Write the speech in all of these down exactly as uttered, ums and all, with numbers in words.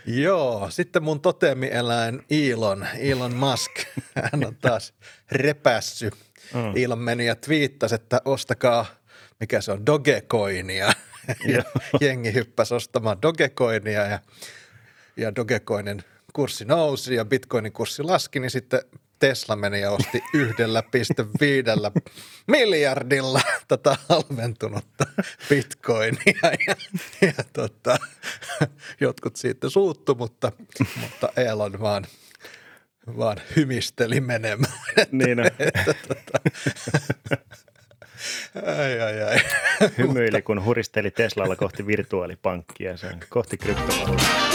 Joo, sitten mun toteemieläin Elon, Elon Musk, hän on taas repässy. Mm. Elon meni ja twiittasi, että ostakaa, mikä se on, Dogecoinia. Ja jengi hyppäsi ostamaan Dogecoinia ja, ja Dogecoinin kurssi nousi ja Bitcoinin kurssi laski, niin sitten Tesla meni ja osti yhdellä pilkku viidellä miljardilla tätä halventunutta bitcoinia ja, ja tota, jotkut siitä suuttu, mutta, mutta Elon vaan, vaan hymisteli menemään. Niin on. Että, tota, ai, ai, ai. Hymyili, kun huristeli Teslalla kohti virtuaalipankkia, sen kohti kryptovaluuttaa.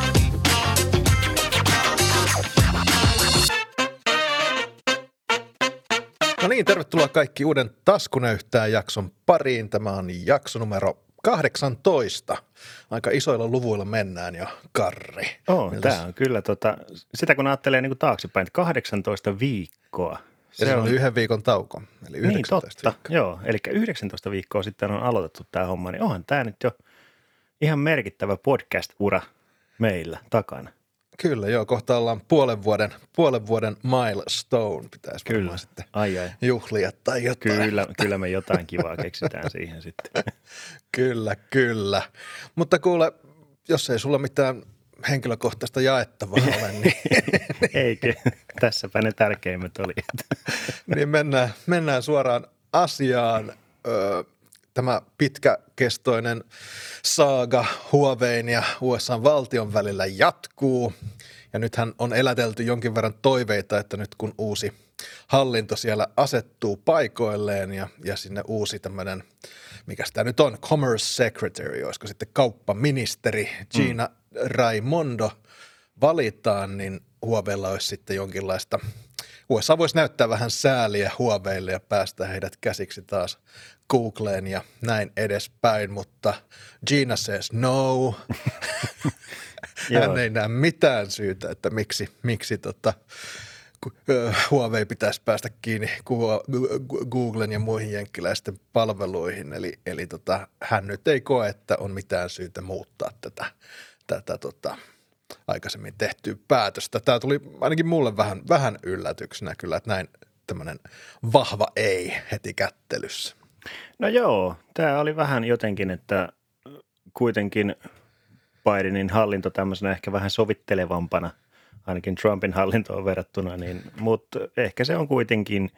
No niin, tervetuloa kaikki uuden Taskunöyhtään jakson pariin. Tämä on jakso numero kahdeksantoista. Aika isoilla luvuilla mennään jo, Karri. Oh, tämä on kyllä, tota, sitä kun ajattelee niin kuin taaksepäin, että kahdeksantoista viikkoa. Se, se on oli yhden viikon tauko, eli yhdeksäntoista niin, totta, joo, eli yhdeksäntoista viikkoa sitten on aloitettu tämä homma, niin onhan tämä nyt jo ihan merkittävä podcast-ura meillä takana. Kyllä, joo, kohta ollaan puolen vuoden, puolen vuoden milestone, pitäisi kyllä. varmaan sitten ai, ai. juhlia tai jotain. Kyllä, kyllä me jotain kivaa keksitään siihen sitten. Kyllä, kyllä. Mutta kuule, jos ei sulla mitään henkilökohtaista jaettavaa ole, niin... Eikö? Tässäpä ne tärkeimmät oli. niin mennään, mennään suoraan asiaan. Öö, Tämä pitkäkestoinen saaga Huawein ja U S A:n valtion välillä jatkuu. Ja nythän on elätelty jonkin verran toiveita, että nyt kun uusi hallinto siellä asettuu paikoilleen ja, ja sinne uusi tämmöinen, mikä sitä nyt on, Commerce Secretary, olisiko sitten kauppaministeri Gina mm. Raimondo valitaan, niin Huaweilla olisi sitten jonkinlaista, U S A voisi näyttää vähän sääliä Huaweille ja päästä heidät käsiksi taas Googleen ja näin edespäin, mutta Gina says no. Hän ei näe mitään syytä, että miksi, miksi tota, Huawei pitäisi päästä kiinni Googlen ja muihin jenkkiläisten palveluihin, eli, eli tota, hän nyt ei koe, että on mitään syytä muuttaa tätä, tätä tota, aikaisemmin tehtyä päätöstä. Tämä tuli ainakin mulle vähän, vähän yllätyksenä kyllä, että näin tämmöinen vahva ei heti kättelyssä. No joo, tämä oli vähän jotenkin, että kuitenkin Bidenin hallinto tämmöisenä ehkä vähän sovittelevampana, ainakin Trumpin hallintoon verrattuna, niin, mutta ehkä se on kuitenkin,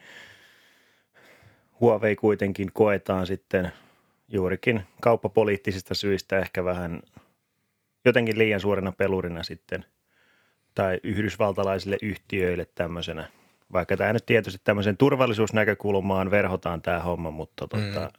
Huawei kuitenkin koetaan sitten juurikin kauppapoliittisista syistä ehkä vähän jotenkin liian suurena pelurina sitten, tai yhdysvaltalaisille yhtiöille tämmöisenä. Vaikka tämä nyt tietysti tämmöisen turvallisuusnäkökulmaan verhotaan tämä homma, mutta tota,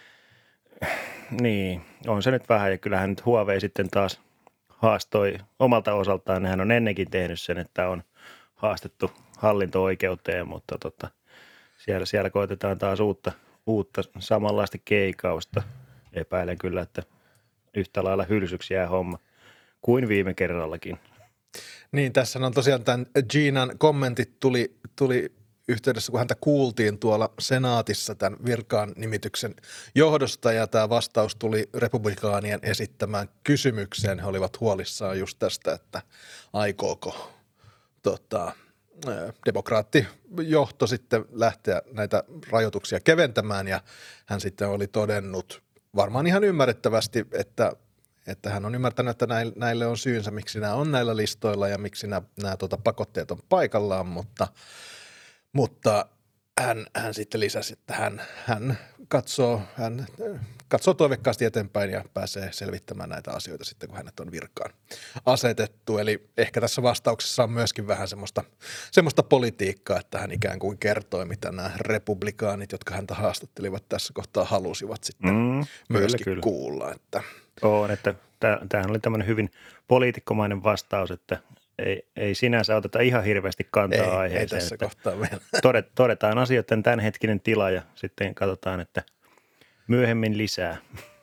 mm. niin, on se nyt vähän. Ja kyllähän nyt Huawei sitten taas haastoi omalta osaltaan. Nehän on ennenkin tehnyt sen, että on haastettu hallinto-oikeuteen, mutta tota, siellä, siellä koetetaan taas uutta, uutta samanlaista keikausta. Epäilen kyllä, että yhtä lailla hylsyksi jää homma kuin viime kerrallakin. Niin, tässä on tosiaan tämän Ginan kommentit tuli, tuli yhteydessä, kun häntä kuultiin tuolla senaatissa tämän virkaan nimityksen johdosta ja tämä vastaus tuli republikaanien esittämään kysymykseen. He olivat huolissaan just tästä, että aikooko tota, demokraattijohto sitten lähteä näitä rajoituksia keventämään ja hän sitten oli todennut varmaan ihan ymmärrettävästi, että että hän on ymmärtänyt, että näille on syynsä, miksi nämä on näillä listoilla ja miksi nämä, nämä tuota, pakotteet on paikallaan, mutta, mutta hän, hän sitten lisäsi, että hän, hän, katsoo, hän katsoo toivekkaasti eteenpäin ja pääsee selvittämään näitä asioita sitten, kun hänet on virkaan asetettu. Eli ehkä tässä vastauksessa on myöskin vähän semmoista, semmoista politiikkaa, että hän ikään kuin kertoi, mitä nämä republikaanit, jotka häntä haastattelivat tässä kohtaa, halusivat sitten mm, myöskin kyllä, kuulla, että on, että tämähän oli tämmöinen hyvin poliitikkomainen vastaus, että ei, ei sinänsä oteta ihan hirveästi kantaa ei, aiheeseen. Ei tässä kohtaa vielä. Todetaan asioiden tämänhetkinen tila ja sitten katsotaan, että myöhemmin lisää.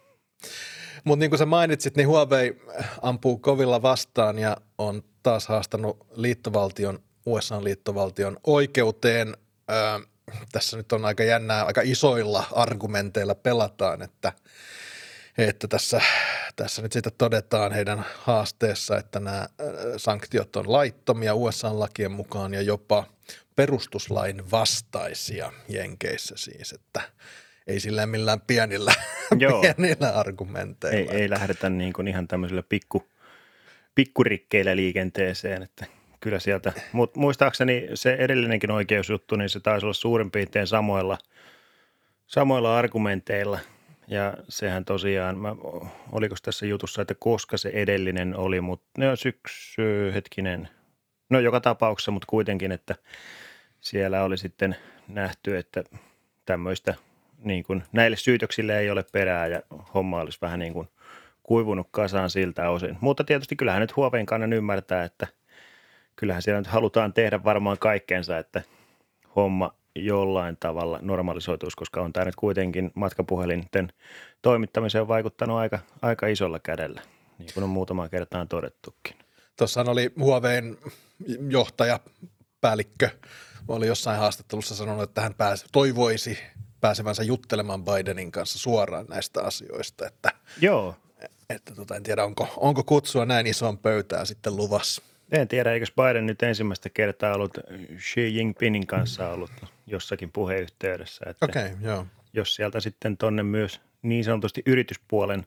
Mutta niin kuin sä mainitsit, niin Huawei ampuu kovilla vastaan ja on taas haastanut liittovaltion, U S A-liittovaltion oikeuteen. Öö, tässä nyt on aika jännää, aika isoilla argumenteilla pelataan, että että tässä, tässä nyt sitten todetaan heidän haasteessa, että nämä sanktiot on laittomia U S A-lakien mukaan ja jopa perustuslain vastaisia Jenkeissä siis, että ei sillä millään pienillä, pienillä argumenteilla. Ei, ei lähdetä niin kuin ihan tämmöisillä pikku, pikkurikkeillä liikenteeseen, että kyllä sieltä, mutta muistaakseni se edellinenkin oikeusjuttu, niin se taisi olla suurin piirtein samoilla, samoilla argumenteilla. Ja sehän tosiaan, mä, oliko tässä jutussa, että koska se edellinen oli, mutta ne on syksy, hetkinen, no joka tapauksessa, mutta kuitenkin, että siellä oli sitten nähty, että tämmöistä niin kuin näille syytöksille ei ole perää ja homma olisi vähän niin kuin kuivunut kasaan siltä osin. Mutta tietysti kyllähän nyt Huawein kannan ymmärtää, että kyllähän siellä nyt halutaan tehdä varmaan kaikkeensa, että homma jollain tavalla normalisoituisi, koska on tämä nyt kuitenkin matkapuhelinten toimittamiseen vaikuttanut aika, aika isolla kädellä, niin kuin on muutamaan kertaan todettukin. Tuossahan oli Huawein johtaja, päällikkö, oli jossain haastattelussa sanonut, että hän pääsi, toivoisi pääsevänsä juttelemaan Bidenin kanssa suoraan näistä asioista, että, Joo. että tota, en tiedä, onko, onko kutsua näin isoon pöytään sitten luvassa. En tiedä, eikö Biden nyt ensimmäistä kertaa ollut Xi Jinpingin kanssa ollut jossakin puheyhteydessä. Okei, okay, joo. Jos sieltä sitten tonne myös niin sanotusti yrityspuolen,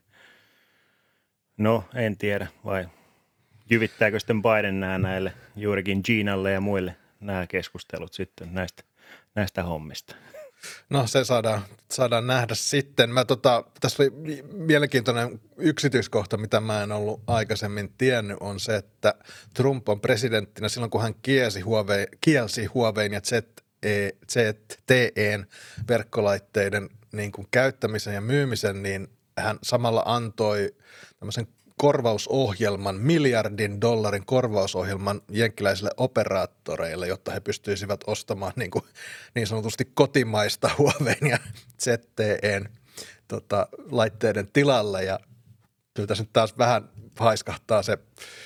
no en tiedä, vai jyvittääkö sitten Biden nämä näille juurikin Ginalle ja muille nämä keskustelut sitten näistä, näistä hommista. No se saadaan, saadaan nähdä sitten. Mä tota, tässä oli mielenkiintoinen yksityiskohta, mitä mä en ollut aikaisemmin tiennyt, on se, että Trump on presidenttinä silloin, kun hän kielsi, Huawei, kielsi Huawein ja Z T E:n verkkolaitteiden niin kuin käyttämisen ja myymisen, niin hän samalla antoi tämmöisen korvausohjelman, miljardin dollarin korvausohjelman jenkkiläisille operaattoreille, jotta he pystyisivät ostamaan niin, kuin, niin sanotusti kotimaista Huawein ja Z T E:n tota, laitteiden tilalle. Ja kyllä tässä nyt taas vähän haiskahtaa se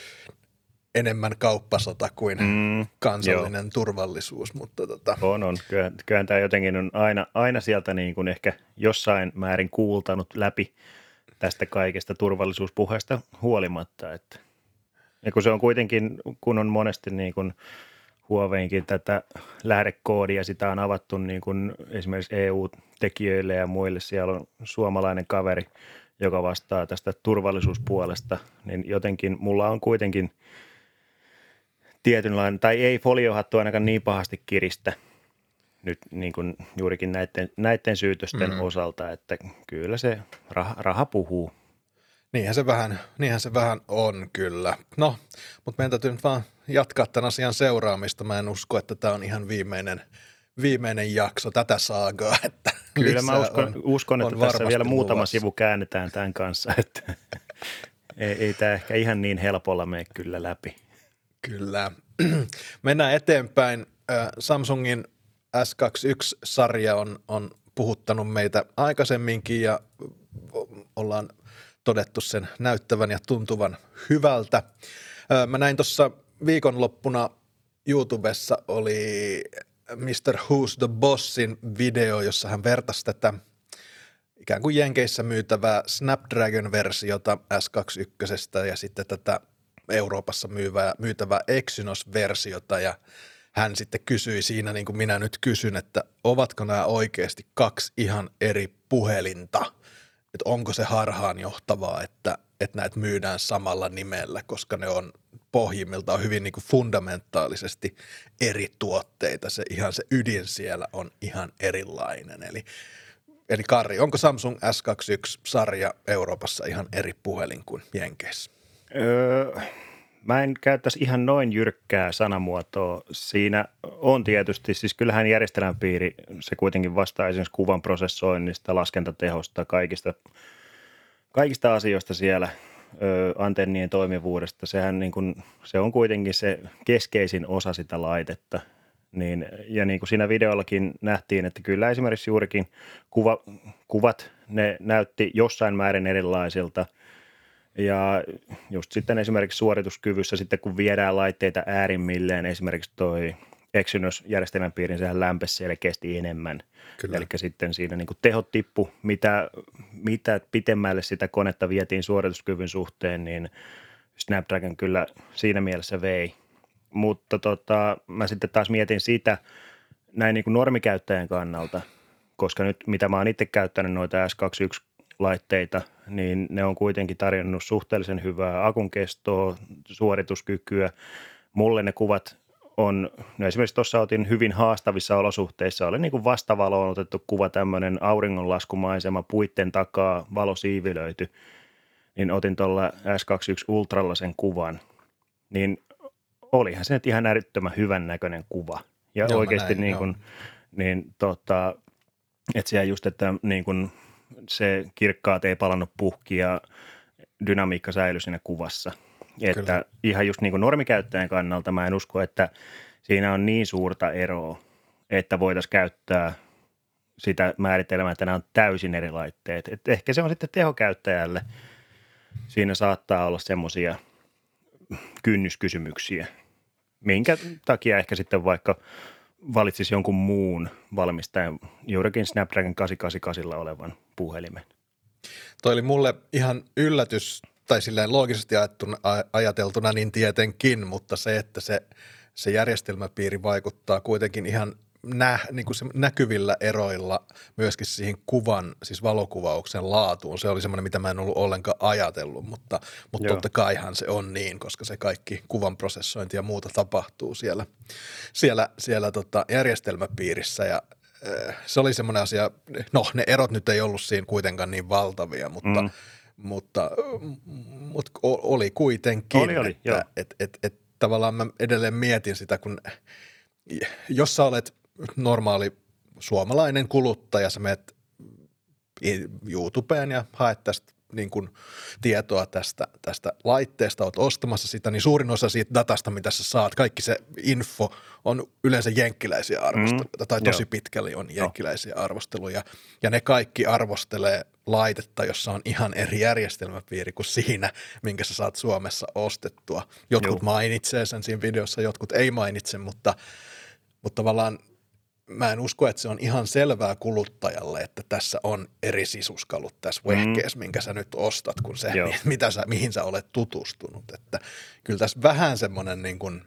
enemmän kauppasota kuin mm, kansallinen jo. turvallisuus. Mutta tota. On, on. Kyllähän, kyllähän tämä jotenkin on aina, aina sieltä niin kuin ehkä jossain määrin kuultanut läpi tästä kaikesta turvallisuuspuheesta huolimatta. Että. Ja kun se on kuitenkin, kun on monesti niin kuin Huaweinkin tätä lähdekoodia, sitä on avattu niin kuin esimerkiksi E U-tekijöille ja muille. Siellä on suomalainen kaveri, joka vastaa tästä turvallisuuspuolesta, niin jotenkin mulla on kuitenkin tietynlainen, tai ei foliohattu ainakaan niin pahasti kiristä nyt niin kuin juurikin näiden, näiden syytösten mm. osalta, että kyllä se raha, raha puhuu. Niinhän se vähän, niinhän se vähän on kyllä. No, mutta meidän täytyy nyt vaan jatkaa tämän asian seuraamista. Mä en usko, että tämä on ihan viimeinen, viimeinen jakso tätä saagaa. Että kyllä mä uskon, on, uskon että tässä vielä muutama luvassa. Sivu käännetään tämän kanssa, että ei, ei tämä ehkä ihan niin helpolla mene kyllä läpi. Kyllä. Mennään eteenpäin. Samsungin S kaksikymmentäyksi-sarja on, on puhuttanut meitä aikaisemminkin ja ollaan todettu sen näyttävän ja tuntuvan hyvältä. Mä näin tuossa viikonloppuna YouTubessa oli mister Who's the Bossin video, jossa hän vertasi tätä ikään kuin Jenkeissä myytävää Snapdragon-versiota S kaksikymmentäyksi ja sitten tätä Euroopassa myyvää, myytävää Exynos-versiota ja hän sitten kysyi siinä, niin kuin minä nyt kysyn, että ovatko nämä oikeasti kaksi ihan eri puhelinta, että onko se harhaanjohtavaa, että, että näitä myydään samalla nimellä, koska ne on pohjimmiltaan hyvin niin kuin fundamentaalisesti eri tuotteita, se ihan se ydin siellä on ihan erilainen, eli Eli Karri, onko Samsung S kaksikymmentäyksi-sarja Euroopassa ihan eri puhelin kuin Jenkeissä? Öö, mä en käyttäisi ihan noin jyrkkää sanamuotoa. Siinä on tietysti, siis kyllähän järjestelmäpiiri, se kuitenkin vastaa esimerkiksi kuvan prosessoinnista, laskentatehosta, kaikista, kaikista asioista siellä, öö, antennien toimivuudesta. Sehän niin kuin, se on kuitenkin se keskeisin osa sitä laitetta. Niin, ja niin kuin siinä videollakin nähtiin, että kyllä esimerkiksi juurikin kuva, kuvat, ne näytti jossain määrin erilaisilta. Ja just sitten esimerkiksi suorituskyvyssä sitten, kun viedään laitteita äärimmilleen, esimerkiksi toi Exynos-järjestelmän piirin, sehän lämpesi selkeästi enemmän. Kyllä. Eli sitten siinä niin kuin tehot tippu, mitä, mitä pitemmälle sitä konetta vietiin suorituskyvyn suhteen, niin Snapdragon kyllä siinä mielessä vei. Mutta tota, mä sitten taas mietin sitä näin niin kuin normikäyttäjän kannalta, koska nyt mitä mä oon itse käyttänyt noita S kaksikymmentäyksi-laitteita, niin ne on kuitenkin tarjonnut suhteellisen hyvää akun kestoa, suorituskykyä. Mulle ne kuvat on, no esimerkiksi tuossa otin hyvin haastavissa olosuhteissa, oli niin kuin vastavaloon otettu kuva, tämmöinen auringonlaskumaisema, puitten takaa valo siivilöity, niin otin tuolla S kaksikymmentäyksi Ultralla sen kuvan, niin olihan se nyt ihan älyttömän hyvän näköinen kuva. Ja joo, oikeasti näin, niin kuin, niin tota, että siellä just, että niin kuin se kirkkaat ei palannut puhki ja dynamiikka säilyi siinä kuvassa. Että kyllä. Ihan just niin kuin normikäyttäjän kannalta mä en usko, että siinä on niin suurta eroa, että voitaisiin käyttää sitä määritelmää, että nämä on täysin eri laitteet. Et ehkä se on sitten tehokäyttäjälle. Siinä saattaa olla semmoisia kynnyskysymyksiä, minkä takia ehkä sitten vaikka valitsisi jonkun muun valmistajan, juurikin Snapdragon kahdeksansataakahdeksankymmentäkahdeksan olevan puhelimen. Toi oli mulle ihan yllätys, tai silleen loogisesti ajateltuna niin tietenkin, mutta se, että se, se järjestelmäpiiri vaikuttaa kuitenkin ihan nä, niin kuin se näkyvillä eroilla myöskin siihen kuvan, siis valokuvauksen laatuun. Se oli semmoinen, mitä mä en ollut ollenkaan ajatellut, mutta, mutta totta kaihan se on niin, koska se kaikki kuvan prosessointi ja muuta tapahtuu siellä, siellä, siellä tota järjestelmäpiirissä ja äh, se oli semmoinen asia, no ne erot nyt ei ollut siinä kuitenkaan niin valtavia, mutta mm. Mutta, mutta oli kuitenkin, oli, oli, että et, et, et, tavallaan mä edelleen mietin sitä, kun jos sä olet normaali suomalainen kuluttaja, sä menet YouTubeen ja haet tästä niin kuin tietoa tästä, tästä laitteesta, oot ostamassa sitä, niin suurin osa siitä datasta, mitä sä saat, kaikki se info on yleensä jenkkiläisiä arvosteluja, mm, tai tosi joo. pitkälle on jenkkiläisiä no. arvosteluja, ja ne kaikki arvostelee laitetta, jossa on ihan eri järjestelmäpiiri kuin siinä, minkä sä saat Suomessa ostettua. Jotkut joo. mainitsee sen siinä videossa, jotkut ei mainitse, mutta, mutta tavallaan mä en usko, että se on ihan selvää kuluttajalle, että tässä on eri sisuskalut tässä vehkeessä, mm. minkä sä nyt ostat, kun se, mitä sä, mihin sä olet tutustunut. Että kyllä tässä vähän semmoinen niin kuin,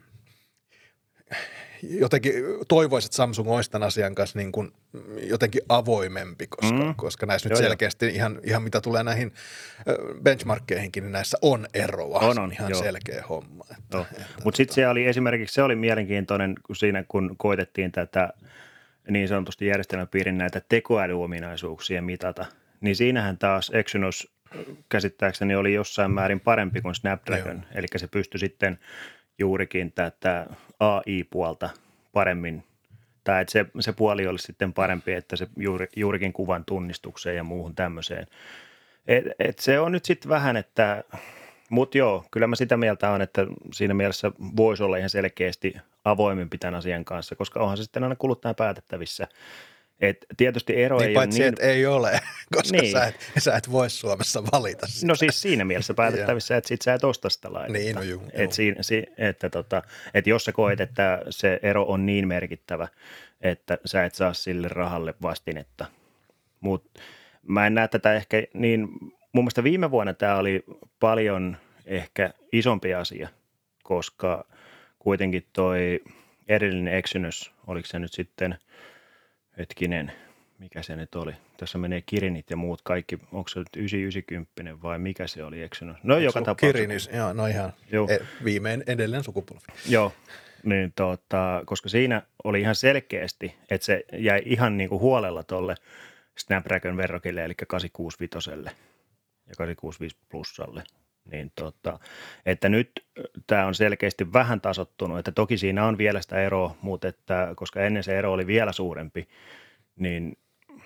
jotenkin toivoisin, että Samsung olisi tämän asian kanssa niin kuin jotenkin avoimempi, koska, mm. koska näissä nyt joo, selkeästi jo. ihan, ihan mitä tulee näihin benchmarkkeihinkin, niin näissä on eroa. On, on, ihan joo. selkeä homma. Mutta sitten se oli esimerkiksi, se oli mielenkiintoinen, kun siinä kun koitettiin tätä niin sanotusti järjestelmäpiirin näitä tekoälyominaisuuksia mitata, niin siinähän taas Exynos käsittääkseni oli jossain määrin parempi kuin Snapdragon, eli se pystyi sitten juurikin tätä A I-puolta paremmin, tai että se, se puoli olisi sitten parempi, että se juuri, juurikin kuvan tunnistukseen ja muuhun tämmöiseen. Et, et se on nyt sitten vähän, että, mutta joo, kyllä mä sitä mieltä on, että siinä mielessä voisi olla ihan selkeästi avoimempi tämän asian kanssa, koska onhan se sitten aina kuluttajan päätettävissä. Et tietysti ero niin ei paitsi, ole niin... ei ole, koska niin. sä, et, sä et voi Suomessa valita sitä. No siis siinä mielessä päätettävissä, että sit sä et osta sitä laitetta. Niin, no juu, et siinä, si, että, tota, että jos sä koet, että se ero on niin merkittävä, että sä et saa sille rahalle vastinetta. Mutta mä en näe tätä ehkä niin, mun mielestä viime vuonna tämä oli paljon ehkä isompi asia, koska kuitenkin toi edellinen Exynos, oliko se nyt sitten, hetkinen, mikä se nyt oli? Tässä menee Kirinit ja muut kaikki, onko se nyt yhdeksänsataayhdeksänkymmentä vai mikä se oli Exynos? No onko joka tapauksessa. Kirinis, joo, no ihan joo. viimein edelleen sukupolvi. Joo, niin tota, koska siinä oli ihan selkeästi, että se jäi ihan niin kuin huolella tolle Snapdragon verrokille, eli kahdeksansataakuusikymmentäviisi ja kahdeksansataakuusikymmentäviisi plussalle. Niin tota, että nyt tämä on selkeästi vähän tasottunut, että toki siinä on vielä sitä eroa, mutta että, koska ennen se ero oli vielä suurempi, niin,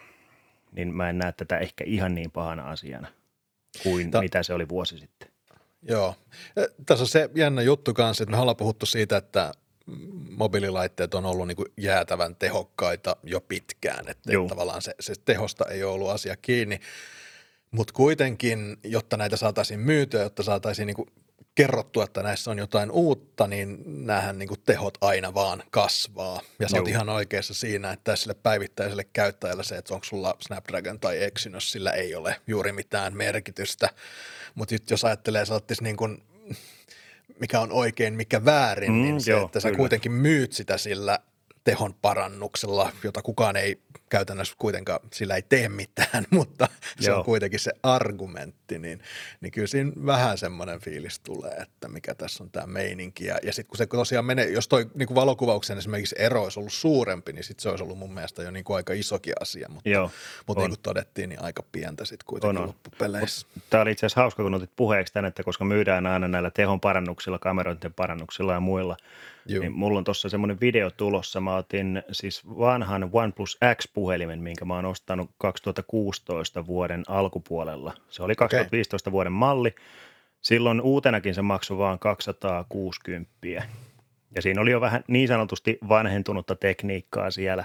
niin mä en näe tätä ehkä ihan niin pahana asiana kuin Ta- mitä se oli vuosi sitten. Joo. Tässä on se jännä juttu kanssa, että me ollaan puhuttu siitä, että mobiililaitteet on ollut niin kuin jäätävän tehokkaita jo pitkään, että Joo. tavallaan se, se tehosta ei ole ollut asia kiinni. Mutta kuitenkin, jotta näitä saataisiin myytyä, jotta saataisiin niinku kerrottu, että näissä on jotain uutta, niin näähän niin kuin tehot aina vaan kasvaa. Ja sä oot ihan oikeassa siinä, että sille päivittäiselle käyttäjälle se, että onko sulla Snapdragon tai Exynos, sillä ei ole juuri mitään merkitystä. Mutta jos ajattelee, sä niin kuin, mikä on oikein, mikä väärin, mm, niin se, joo, että sä kyllä. kuitenkin myyt sitä sillä tehon parannuksella, jota kukaan ei käytännössä kuitenkaan, sillä ei tee mitään, mutta se Joo. on kuitenkin se argumentti, niin, niin kyllä siinä vähän semmoinen fiilis tulee, että mikä tässä on tämä meininki. Ja, ja sitten kun se tosiaan menee, jos toi niin kuin valokuvauksen esimerkiksi ero olisi ollut suurempi, niin sitten se olisi ollut mun mielestä jo niin kuin aika isokin asia, mutta, Joo, mutta niin kuin todettiin, niin aika pientä sitten kuitenkin on, loppupeleissä. Tämä oli itse asiassa hauska, kun otit puheeksi tänne, että koska myydään aina näillä tehon parannuksilla, kameroiden parannuksilla ja muilla, Joo. niin mulla on tuossa semmoinen video tulossa. Mä otin siis vanhan OnePlus X-puhelimen, minkä mä oon ostanut kaksituhattakuusitoista vuoden alkupuolella. Se oli kaksituhattaviisitoista okay. vuoden malli. Silloin uutenakin se maksoi vaan kaksisataakuusikymmentä. Ja siinä oli jo vähän niin sanotusti vanhentunutta tekniikkaa siellä.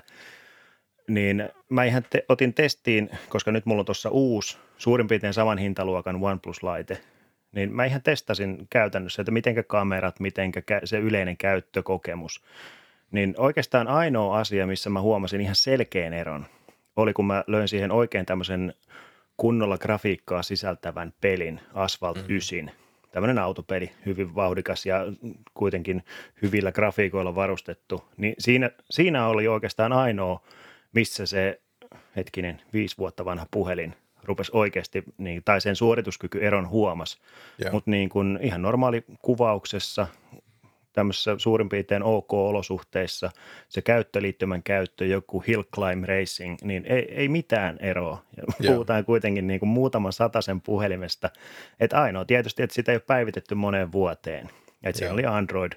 Niin mä ihan te- otin testiin, koska nyt mulla on tuossa uusi, suurin piirtein saman hintaluokan OnePlus-laite, niin mä ihan testasin käytännössä, että mitenkä kamerat, mitenkä se yleinen käyttökokemus. Niin oikeastaan ainoa asia, missä mä huomasin ihan selkeän eron, oli kun mä löin siihen oikein tämmöisen kunnolla grafiikkaa sisältävän pelin, Asphalt mm-hmm. yhdeksän. Tämmöinen autopeli, hyvin vauhdikas ja kuitenkin hyvillä grafiikoilla varustettu. Niin siinä, siinä oli oikeastaan ainoa, missä se hetkinen viisi vuotta vanha puhelin rupesi oikeasti, niin, tai sen suorituskyky-eron huomasi. Yeah. Mutta niin kuin ihan normaali kuvauksessa, tämmöisessä suurin piirtein OK-olosuhteissa, se käyttöliittymän käyttö, joku Hill Climb Racing, niin ei, ei mitään eroa. Yeah. Puhutaan kuitenkin niin kuin muutaman satasen puhelimesta. Että ainoa tietysti, että sitä ei ole päivitetty moneen vuoteen. Että yeah. siinä oli Android,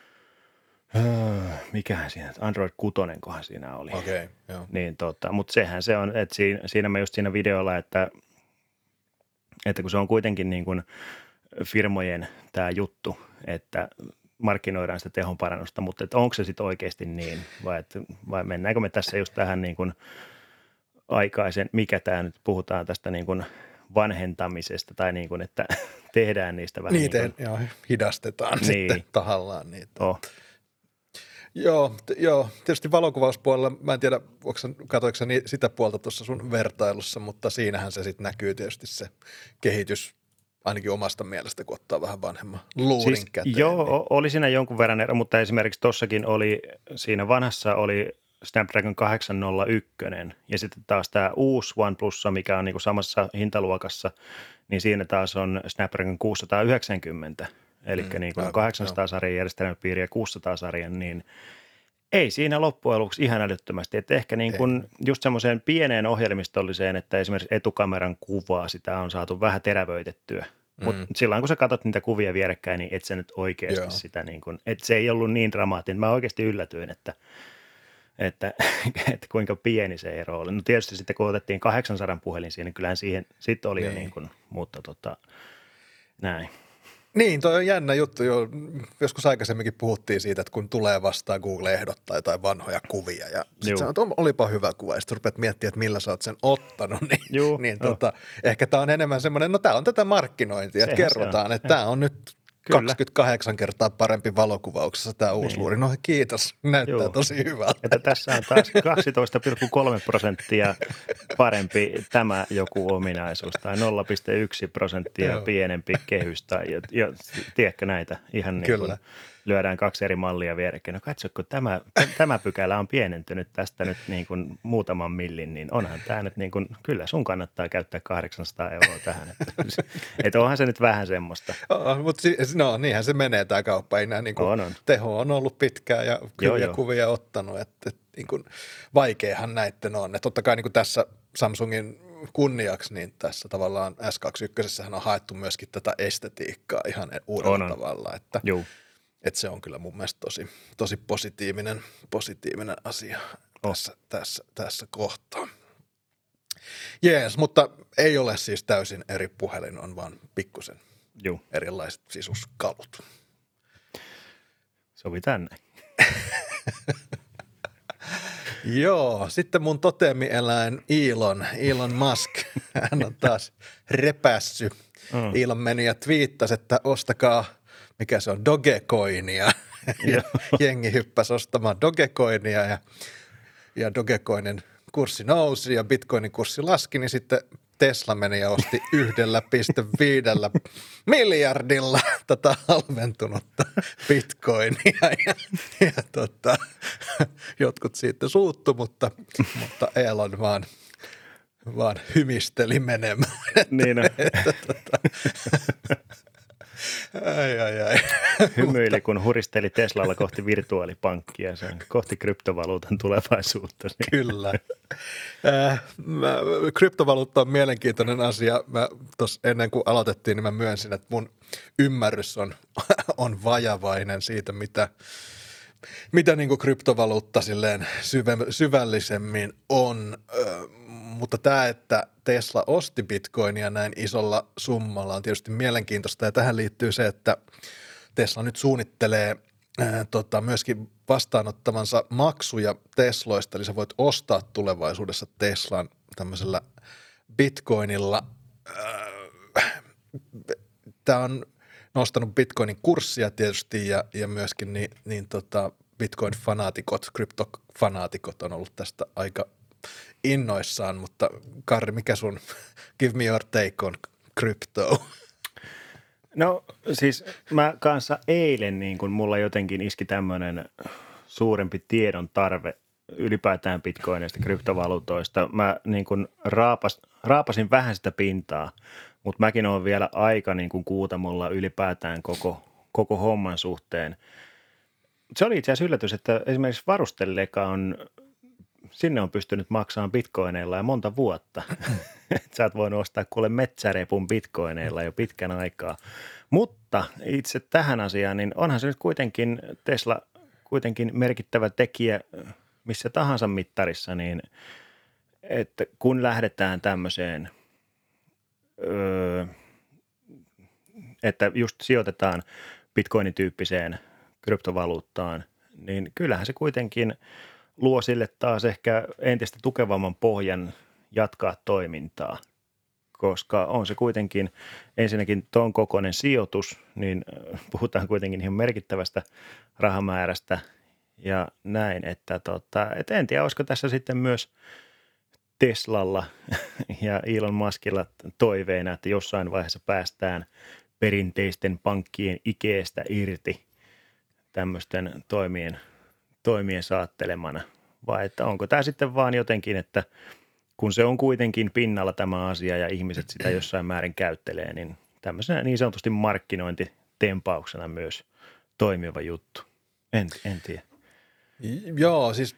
mikähän siinä, Android kuusi, kohan siinä oli. Okei, okay, joo. Niin tota, mutta sehän se on, että siinä, siinä mä just siinä videolla, että, että kun se on kuitenkin niin kuin firmojen tämä juttu, että markkinoidaan sitä tehonparannusta, mutta että onko se sitten oikeasti niin, vai, että, vai mennäänkö me tässä just tähän niin kuin aikaisen, mikä tämä nyt puhutaan tästä niin kuin vanhentamisesta tai niin kuin, että tehdään niistä vähän niin, niin kuin, joo, hidastetaan niin. sitten tahallaan niitä. Oh. Joo, t- joo, tietysti valokuvauspuolella, mä en tiedä, katsoitko sä sitä puolta tuossa sun vertailussa, mutta siinähän se sitten näkyy tietysti se kehitys, ainakin omasta mielestä, kun ottaa vähän vanhemman luurin siis, käteen. Joo, niin. Oli siinä jonkun verran ero, mutta esimerkiksi tuossakin oli, siinä vanhassa oli Snapdragon kahdeksansataayksi ja sitten taas tämä uusi OnePlus, mikä on niinku samassa hintaluokassa, niin siinä taas on Snapdragon kuusisataayhdeksänkymmentä. Eli mm, niin kuin kahdeksansataa-sarjan järjestelmäpiiri ja kuusisataa-sarjan, niin ei siinä loppujen lopuksi ihan älyttömästi. Että ehkä niin kuin just semmoiseen pieneen ohjelmistolliseen, että esimerkiksi etukameran kuvaa, sitä on saatu vähän terävöitettyä. Mm. Mutta silloin kun sä katsot niitä kuvia vierekkäin, niin et sä nyt oikeasti Joo. sitä niin kuin, että se ei ollut niin dramaattinen. Mä oikeasti yllätyin, että, että, että kuinka pieni se ero oli. No tietysti sitten kun otettiin kahdeksansataa puhelin siihen, niin kyllähän siihen sitten oli niin. jo niin kuin, mutta tota, näin. Niin, toi on jännä juttu jo. Joskus aikaisemminkin puhuttiin siitä, että kun tulee vastaan Google ehdottaa jotain vanhoja kuvia ja sitten sanoo, että olipa hyvä kuva ja sitten rupeat miettimään, että millä sä oot sen ottanut, niin, Juu, niin tota, ehkä tämä on enemmän semmoinen, no tämä on tätä markkinointia, että Sehän kerrotaan, se että tämä on nyt Kyllä. kaksikymmentäkahdeksan kertaa parempi valokuvauksessa tämä uusi niin. luuri. No kiitos, näyttää Juu. tosi hyvältä. Että tässä on taas kaksitoista pilkku kolme prosenttia parempi tämä joku ominaisuus tai nolla pilkku yksi prosenttia Joo. pienempi kehys tai jo, jo, tiedätkö näitä ihan niin kuin lyödään kaksi eri mallia vierekkäin. No katsokko, tämä, tämä pykälä on pienentynyt tästä nyt niin kuin muutaman millin, niin onhan tämä nyt niin kuin, kyllä sun kannattaa käyttää kahdeksansataa euroa tähän. Että, että onhan se nyt vähän semmoista. Oh, mutta no niinhän se menee tämä kauppa. Ei nämä, niin kuin, on, on. Teho on ollut pitkään ja hyviä kuvia ottanut, että, että niin kuin, vaikeahan näitten on. Että totta kai niin kuin tässä Samsungin kunniaksi, niin tässä tavallaan S kaksikymmentäyksi on haettu myöskin tätä estetiikkaa ihan uudella on, on. tavalla, että Joo. Että se on kyllä mun mielestä tosi, tosi positiivinen, positiivinen asia oh. tässä, tässä, tässä kohtaa. Jees, mutta ei ole siis täysin eri puhelin, on vaan pikkusen Joo. erilaiset sisuskalut. Sovitaan näin. Joo, sitten mun toteemieläin Elon, Elon Musk, hän on taas repässy. Mm. Elon meni ja twiittasi, että ostakaa mikä se on, Dogecoinia. Ja jengi hyppäsi ostamaan Dogecoinia ja, ja Dogecoinin kurssi nousi ja Bitcoinin kurssi laski, niin sitten Tesla meni ja osti yhdellä pilkku viidellä miljardilla tätä halventunutta bitcoinia ja, ja tota, jotkut siitä suuttu, mutta, mutta Elon vaan, vaan hymisteli menemään. Niin on. Että, tota, ai, ai, ai. Hymyili, kun huristeli Teslalla kohti virtuaalipankkia, se on kohti kryptovaluutan tulevaisuutta. Kyllä. Äh, mä, kryptovaluutta on mielenkiintoinen asia. Mä tos ennen kuin aloitettiin, niin mä myönsin, että mun ymmärrys on, on vajavainen siitä, mitä, mitä niin kuin kryptovaluutta silleen syve, syvällisemmin on. Äh, mutta tämä, että Tesla osti bitcoinia näin isolla summalla on tietysti mielenkiintoista ja tähän liittyy se, että Tesla nyt suunnittelee ää, tota, myöskin vastaanottavansa maksuja Tesloista, eli sä voit ostaa tulevaisuudessa Teslan tämmöisellä bitcoinilla. Tämä on nostanut bitcoinin kurssia tietysti ja, ja myöskin niin, niin tota, bitcoin-fanaatikot, kryptofanaatikot on ollut tästä aika innoissaan, mutta Karri, mikä sun give me your take on crypto? No siis mä kanssa eilen niin kun mulla jotenkin iski tämmöinen suurempi tiedon tarve ylipäätään bitcoinista, kryptovaluutoista. Mä niin kun raapas, raapasin vähän sitä pintaa, mutta mäkin olen vielä aika niin kun kuutamolla ylipäätään koko, koko homman suhteen. Se oli itse asiassa yllätys, että esimerkiksi varustelleka on sinne on pystynyt maksamaan bitcoineilla jo monta vuotta. Sä oot voinut ostaa kuule metsärepun bitcoineilla jo pitkän aikaa. Mutta itse tähän asiaan, niin onhan se nyt kuitenkin Tesla kuitenkin merkittävä tekijä missä tahansa mittarissa, niin että kun lähdetään tämmöiseen, öö, että just sijoitetaan bitcoinityyppiseen kryptovaluuttaan, niin kyllähän se kuitenkin luo sille taas ehkä entistä tukevamman pohjan jatkaa toimintaa, koska on se kuitenkin ensinnäkin ton kokoinen sijoitus, niin puhutaan kuitenkin ihan merkittävästä rahamäärästä ja näin, että tota, et en tiedä, olisiko tässä sitten myös Teslalla ja Elon Muskilla toiveena, että jossain vaiheessa päästään perinteisten pankkien ikeestä irti tämmöisten toimien toimien saattelemana, vai että onko tämä sitten vaan jotenkin, että kun se on kuitenkin pinnalla tämä asia ja ihmiset sitä jossain määrin käyttelee, niin tämmöisenä niin sanotusti markkinointitempauksena myös toimiva juttu. En, en tiedä. Joo, siis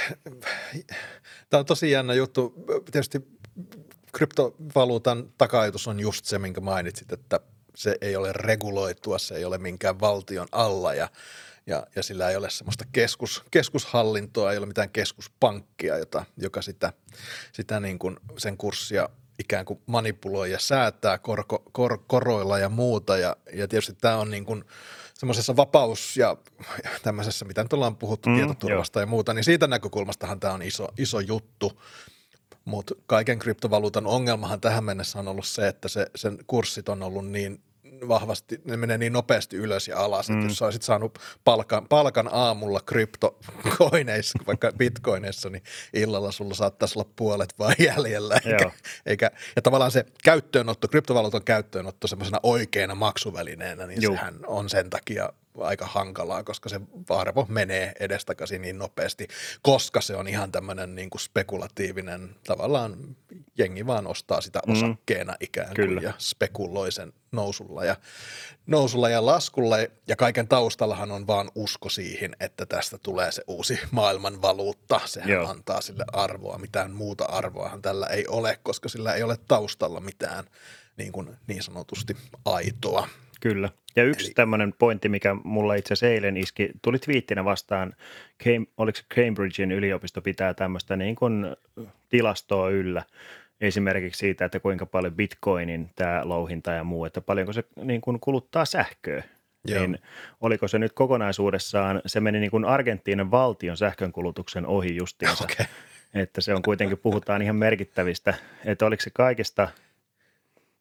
tämä on tosi jännä juttu. Tietysti kryptovaluutan takaitus on just se, minkä mainitsit, että se ei ole reguloitua, se ei ole minkään valtion alla ja Ja, ja sillä ei ole semmoista keskus, keskushallintoa, ei ole mitään keskuspankkia, jota, joka sitä, sitä niin kuin sen kurssia ikään kuin manipuloi ja säätää korko, kor, koroilla ja muuta. Ja, ja tietysti tämä on niin kuin semmoisessa vapaus- ja tämmöisessä, mitä nyt ollaan puhuttu mm, tietoturvasta jo. ja muuta, niin siitä näkökulmastahan tämä on iso, iso juttu. Mutta kaiken kryptovaluutan ongelmahan tähän mennessä on ollut se, että se, sen kurssit on ollut niin vahvasti, ne menee niin nopeasti ylös ja alas, mm. että jos sä olisit saanut palkan, palkan aamulla kryptokoineissa, vaikka bitcoineissa, niin illalla sulla saattaisi olla puolet vaan jäljellä. Eikä, eikä, ja tavallaan se käyttöönotto, kryptovaluutan käyttöönotto semmoisena oikeana maksuvälineenä, niin Juh. sehän on sen takia aika hankalaa, koska se arvo menee edestakaisin niin nopeasti, koska se on ihan tämmöinen niin kuin spekulatiivinen, tavallaan jengi vaan ostaa sitä osakkeena mm. ikään kuin Kyllä. ja spekuloi sen nousulla ja, nousulla ja laskulla ja kaiken taustallahan on vaan usko siihen, että tästä tulee se uusi maailman valuutta. Sehän Joo. antaa sille arvoa, mitään muuta arvoahan tällä ei ole, koska sillä ei ole taustalla mitään niin, kuin niin sanotusti aitoa. Kyllä. Ja yksi Eli, tämmöinen pointti, mikä mulla itse asiassa eilen iski, tuli twiittinä vastaan, Cam, oliko se Cambridgein yliopisto pitää tämmöistä niin kuin tilastoa yllä, esimerkiksi siitä, että kuinka paljon bitcoinin tämä louhinta ja muu, että paljonko se niin kuin kuluttaa sähköä. Joo. Niin oliko se nyt kokonaisuudessaan, se meni niin kuin Argentiinan valtion sähkönkulutuksen ohi justiinsa, okay. että se on kuitenkin, puhutaan ihan merkittävistä, että oliko se kaikista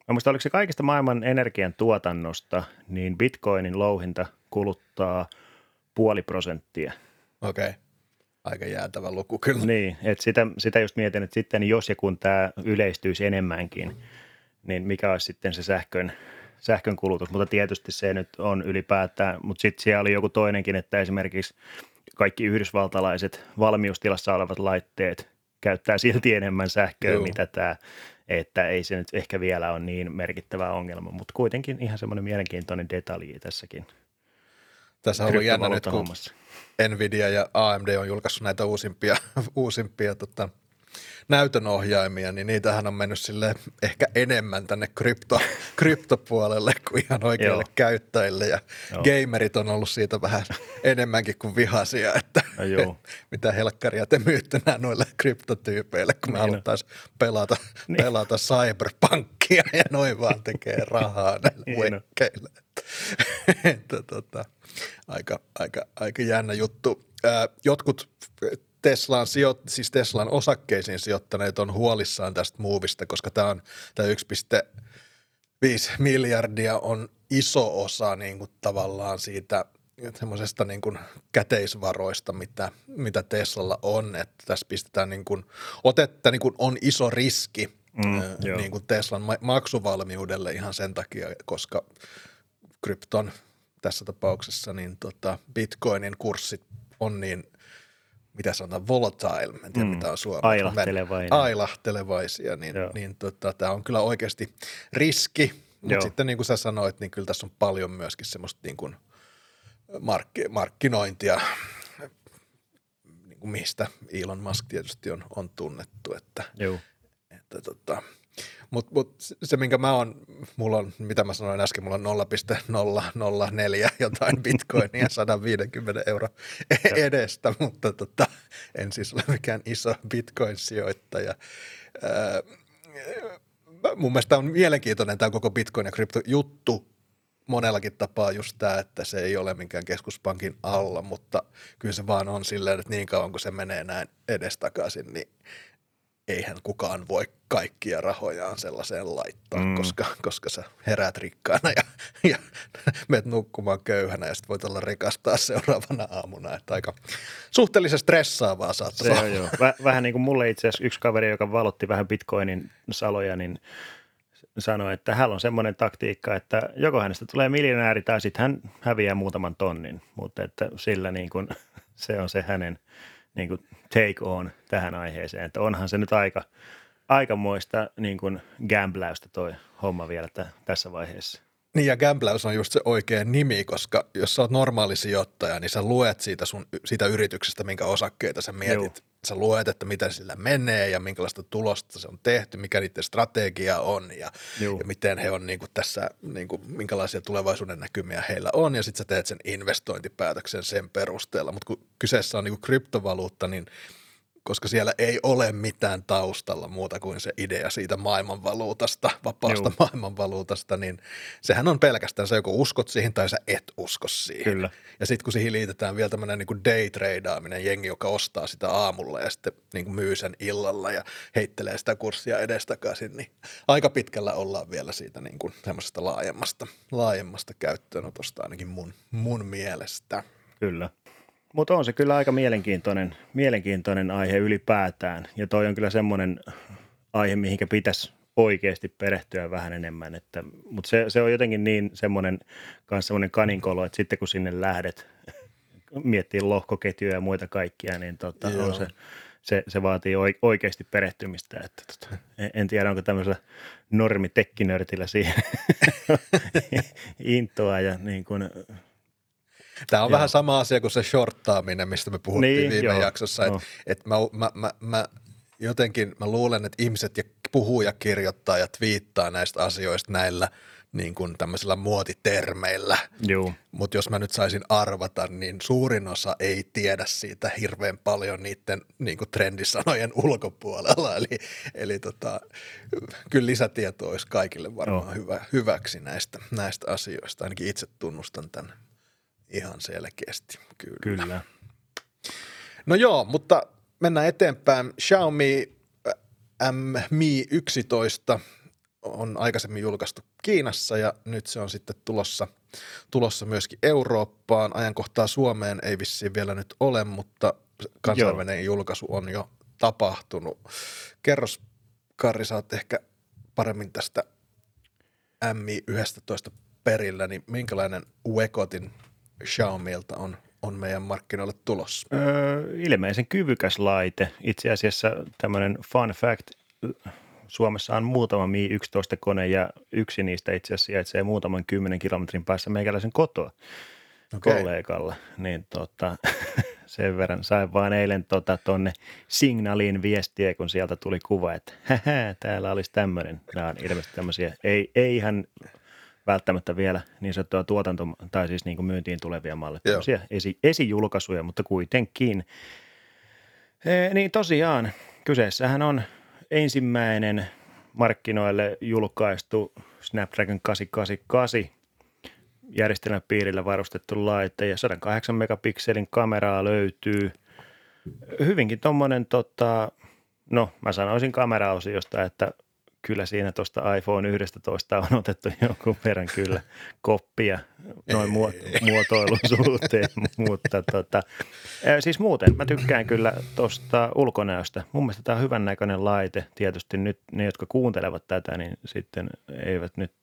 Mä muistan, oliko se kaikista maailman energian tuotannosta, niin bitcoinin louhinta kuluttaa puoli prosenttia. Okei, okay. Aika jäätävä luku kyllä. Niin, että sitä, sitä just mietin, että sitten jos ja kun tämä yleistyisi enemmänkin, niin mikä olisi sitten se sähkön, sähkön kulutus. Mutta tietysti se nyt on ylipäätään, mutta sitten siellä oli joku toinenkin, että esimerkiksi kaikki yhdysvaltalaiset valmiustilassa olevat laitteet käyttää silti enemmän sähköä, Joo. mitä tämä, että ei se nyt ehkä vielä ole niin merkittävä ongelma, mutta kuitenkin ihan semmoinen mielenkiintoinen detalji tässäkin. Tässä on ollut jännä nyt, kun Nvidia ja A M D on julkaissut näitä uusimpia, uusimpia tota, näytönohjaimia, niin niitähän on mennyt sille ehkä enemmän tänne krypto, kryptopuolelle kuin ihan oikeille Joo. käyttäjille. Ja Joo. gamerit on ollut siitä vähän enemmänkin kuin vihaisia, että no mitä helkkaria te myytte nämä noille kryptotyypeille, kun me niin haluttaisiin pelata, niin. pelata cyberpankkia ja noin vaan tekee rahaa näille niin wenkkeille. että, tota, aika, aika, aika jännä juttu. Ää, jotkut Teslaan, sijo, siis Teslan osakkeisiin sijoittaneet on huolissaan tästä muuvista, koska tämä on tämä yksi pilkku viisi miljardia on iso osa niin kuin tavallaan siitä semmoisesta niin kuin käteisvaroista, mitä, mitä Teslalla on, että tässä pistetään niin kuin, otetta niin kuin on iso riski mm, äh, niin kuin Teslan maksuvalmiudelle ihan sen takia, koska krypton tässä tapauksessa niin tota, bitcoinin kurssit on niin mitä sanotaan, volatile, en tiedä mm. mitä on suomeksi. Ailahtelevainen. Ailahtelevaisia, niin, niin tota, tämä on kyllä oikeasti riski, mutta sitten niin kuin sä sanoit, niin kyllä tässä on paljon myöskin semmoista niin kuin mark- markkinointia, niin kuin mistä Elon Musk tietysti on, on tunnettu, että, että tota, mutta mut se, minkä mä oon, mulla on, mitä mä sanoin äsken, mulla on nolla pilkku nolla nolla neljä jotain bitcoinia sata viisikymmentä euro edestä, mutta tota, en siis ole mikään iso bitcoin-sijoittaja. Ää, mun mielestä on mielenkiintoinen tämä koko bitcoin ja kryptojuttu monellakin tapaa just tämä, että se ei ole minkään keskuspankin alla, mutta kyllä se vaan on silleen, että niin kauan kun se menee näin edestakaisin, niin eihän kukaan voi kaikkia rahojaan sellaiseen laittaa, mm. koska, koska sä heräät rikkaana ja, ja menet nukkumaan köyhänä ja sitten voit olla rikastaa seuraavana aamuna. Että aika suhteellisen stressaavaa saattaa olla. Joo. Väh, vähän niin kuin mulle itse asiassa yksi kaveri, joka valotti vähän bitcoinin saloja, niin sanoi, että hän on semmoinen taktiikka, että joko hänestä tulee miljonääri tai sitten hän häviää muutaman tonnin, mutta että sillä niin kuin, se on se hänen niin kuin take on tähän aiheeseen, että onhan se nyt aika, aikamoista niin kuin gambläystä toi homma vielä t- tässä vaiheessa. Niin ja gambläys on just se oikea nimi, koska jos sä oot normaali sijoittaja, niin sä luet siitä, sun, siitä yrityksestä, minkä osakkeita sä mietit. Joo. Sä luet, että miten sillä menee ja minkälaista tulosta se on tehty, mikä niiden strategia on ja, ja miten he on niin kuin tässä, niin kuin, minkälaisia tulevaisuuden näkymiä heillä on. Ja sitten sä teet sen investointipäätöksen sen perusteella. Mutta kun kyseessä on niin kuin kryptovaluutta, niin koska siellä ei ole mitään taustalla muuta kuin se idea siitä maailmanvaluutasta, vapaasta Joo. maailmanvaluutasta, niin sehän on pelkästään se, joko uskot siihen tai sä et usko siihen. Kyllä. Ja sitten kun siihen liitetään vielä tämmöinen niin kuin daytradeaaminen, jengi, joka ostaa sitä aamulla ja sitten niin kuin myy sen illalla ja heittelee sitä kurssia edestakaisin, niin aika pitkällä ollaan vielä siitä niin kuin semmoisesta laajemmasta, laajemmasta käyttöönotosta ainakin mun, mun mielestä. Kyllä. Mutta on se kyllä aika mielenkiintoinen, mielenkiintoinen aihe ylipäätään, ja toi on kyllä semmoinen aihe, mihinkä pitäisi oikeasti perehtyä vähän enemmän, että, mutta se, se on jotenkin niin semmoinen, kanssa semmoinen kaninkolo, että sitten kun sinne lähdet miettii lohkoketjuja ja muita kaikkia, niin tota, on se, se, se vaatii oikeasti perehtymistä, että tota, en tiedä, onko tämmöisellä normitekkinörtillä siihen intoa ja niin kuin. Tämä on joo. vähän sama asia kuin se shorttaaminen, mistä me puhuttiin niin, viime joo. jaksossa, että no. et mä, mä, mä, mä jotenkin mä luulen, että ihmiset ja puhuu ja kirjoittaa ja twiittaa näistä asioista näillä niin kuin tämmöisillä muotitermeillä, mutta jos mä nyt saisin arvata, niin suurin osa ei tiedä siitä hirveän paljon niiden niin kuin trendisanojen ulkopuolella, eli, eli tota, kyllä lisätieto olisi kaikille varmaan no. hyvä, hyväksi näistä, näistä asioista, ainakin itse tunnustan tämän. Ihan selkeästi, kyllä. Kyllä. No joo, mutta mennään eteenpäin. Xiaomi Mi yksitoista on aikaisemmin julkaistu Kiinassa ja nyt se on sitten tulossa, tulossa myöskin Eurooppaan. Ajankohtaa Suomeen ei vissiin vielä nyt ole, mutta kansainvälinen Joo. julkaisu on jo tapahtunut. Kerros, Karri, sä oot ehkä paremmin tästä M I yksitoista perillä, niin minkälainen Wekotin Xiaomilta on, on meidän markkinoille tulossa? Öö, ilmeisen kyvykäs laite. Itse asiassa tämmöinen fun fact, Suomessa on muutama Mi yksitoista kone ja yksi niistä itse asiassa sijaitsee muutaman kymmenen kilometrin päässä meikäläisen kotoa okay. kollegalla. Niin tota, sen verran sain vaan eilen tota tonne Signaliin viestiä, kun sieltä tuli kuva, että hähä, täällä olisi tämmöinen. Nämä on ilmeisesti tämmöisiä, ei, ei ihan välttämättä vielä niin sanottua tuotanto- tai siis niin kuin myyntiin tulevia malleja, tämmöisiä esi, esijulkaisuja, mutta kuitenkin. E, niin tosiaan, kyseessähän on ensimmäinen markkinoille julkaistu Snapdragon kahdeksansataakahdeksankymmentäkahdeksan järjestelmäpiirillä varustettu laite ja sata kahdeksan megapikselin kameraa löytyy. Hyvinkin tommonen, tota, no mä sanoisin kameraosiosta, että kyllä siinä tuosta iPhone yksitoista on otettu jonkun verran kyllä koppia noin muotoilun suhteen, mutta tota, siis muuten mä tykkään kyllä tuosta ulkonäöstä. Mun mielestä tämä on hyvän näköinen laite. Tietysti nyt ne, jotka kuuntelevat tätä, niin sitten eivät nyt,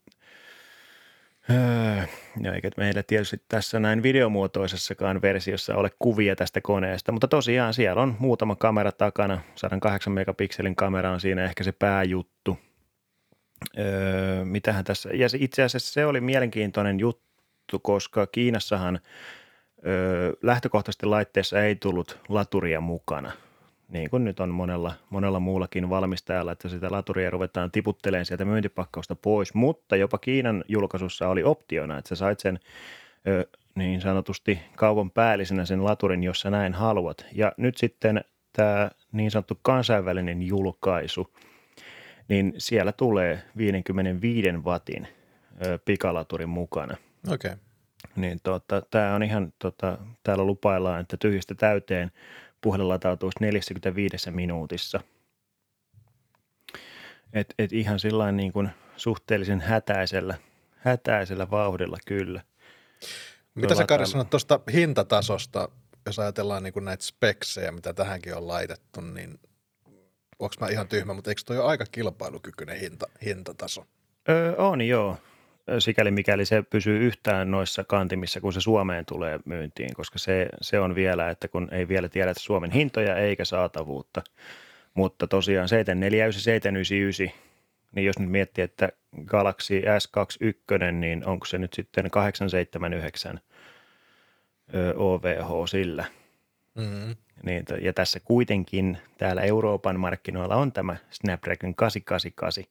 öö, eikä meillä tietysti tässä näin videomuotoisessakaan versiossa ole kuvia tästä koneesta, mutta tosiaan siellä on muutama kamera takana. sata kahdeksan megapikselin kamera on siinä ehkä se pääjuttu. Öö, mitähän tässä, ja se, itse asiassa se oli mielenkiintoinen juttu, koska Kiinassahan öö, lähtökohtaisesti laitteessa ei tullut laturia mukana, niin kuin nyt on monella, monella muullakin valmistajalla, että sitä laturia ruvetaan tiputtelemaan sieltä myyntipakkausta pois, mutta jopa Kiinan julkaisussa oli optiona, että sä sait sen öö, niin sanotusti kaupan päällisenä sen laturin, jos sä näin haluat, ja nyt sitten tämä niin sanottu kansainvälinen julkaisu, niin siellä tulee viisikymmentäviisi wattin ö, pikalaturin mukana. Okei. Okay. Niin tota, tämä on ihan, tota, täällä lupaillaan, että tyhjistä täyteen puhelin latautuisi neljässäkymmenessäviidessä minuutissa. Et, et ihan sillain niin kuin suhteellisen hätäisellä, hätäisellä vauhdilla kyllä. Mitä sä, Kari, sanot tuosta hintatasosta, jos ajatellaan niin kuin näitä speksejä, mitä tähänkin on laitettu, niin onko mä ihan tyhmä, mutta eikö toi ole aika kilpailukykyinen hinta, hintataso? Öö, on joo, sikäli mikäli se pysyy yhtään noissa kantimissa, kun se Suomeen tulee myyntiin, koska se, se on vielä, että kun ei vielä tiedetä Suomen hintoja eikä saatavuutta, mutta tosiaan seitsemänsataaneljäkymmentäyhdeksän, seitsemänsataayhdeksänkymmentäyhdeksän, niin jos nyt miettii, että Galaxy S kaksikymmentäyksi, niin onko se nyt sitten kahdeksansataaseitsemänkymmentäyhdeksän O V H sillä? Mm-hmm. Niin, ja tässä kuitenkin täällä Euroopan markkinoilla on tämä Snapdragon kahdeksansataakahdeksankymmentäkahdeksan,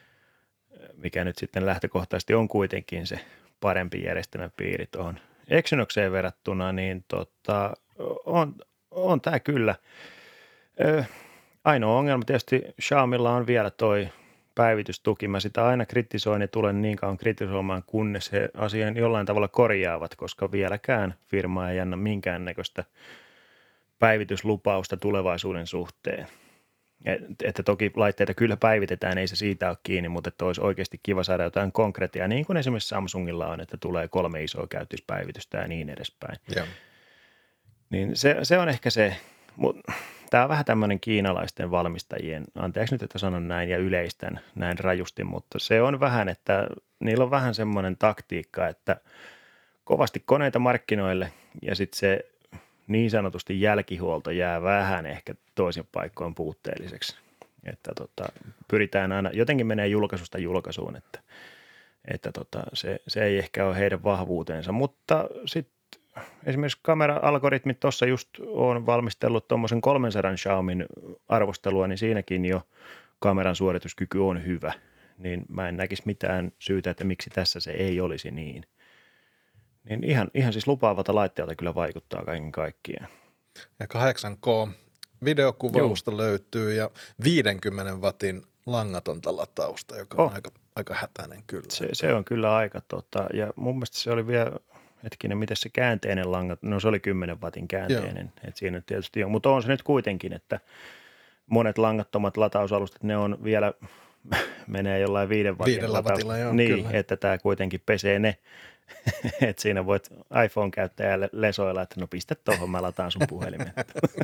mikä nyt sitten lähtökohtaisesti on kuitenkin se parempi järjestelmäpiiri tuohon Exynokseen verrattuna, niin tota, on, on tämä kyllä. Ö, ainoa ongelma tietysti Xiaomilla on vielä toi päivitystuki. Mä sitä aina kritisoin ja tulen niin kauan kritisoimaan, kunnes he asian jollain tavalla korjaavat, koska vieläkään firma ei anna minkäännäköistä päivityslupausta tulevaisuuden suhteen. Että toki laitteita kyllä päivitetään, ei se siitä ole kiinni, mutta että olisi oikeasti kiva saada jotain konkretiaa, niin kuin esimerkiksi Samsungilla on, että tulee kolme isoa käyttöispäivitystä ja niin edespäin. Yeah. Niin se, se on ehkä se, mutta tämä on vähän tämmöinen kiinalaisten valmistajien, anteeksi nyt, että sanon näin ja yleistän näin rajusti, mutta se on vähän, että niillä on vähän semmoinen taktiikka, että kovasti koneita markkinoille ja sitten se niin sanotusti jälkihuolto jää vähän ehkä toisin paikkoin puutteelliseksi. Että tota, pyritään aina, jotenkin menee julkaisusta julkaisuun, että, että tota, se, se ei ehkä ole heidän vahvuutensa. Mutta sitten esimerkiksi kamera-algoritmit, tuossa just olen valmistellut tuommoisen kolmensadan Xiaomin arvostelua, niin siinäkin jo kameran suorituskyky on hyvä. Niin mä en näkisi mitään syytä, että miksi tässä se ei olisi niin. Niin ihan, ihan siis lupaavalta laitteelta kyllä vaikuttaa kaiken kaikkiaan. Ja kahdeksan K videokuvausta Joo. löytyy ja viidenkymmenen watin langatonta latausta, joka on oh. aika, aika hätäinen kyllä. Se, se on kyllä aika tota, ja mun mielestä se oli vielä, hetkinen, miten se käänteinen langat, no se oli kymmenen watin käänteinen, että siinä tietysti on, mutta on se nyt kuitenkin, että monet langattomat latausalustat, ne on vielä menee jollain viiden watin Viidellä lataus. watilla, joo, Niin, kyllä. että tämä kuitenkin pesee ne. Että siinä voit iPhone-käyttäjälle lesoilla, että no pistä tuohon, mä lataan sun puhelimen.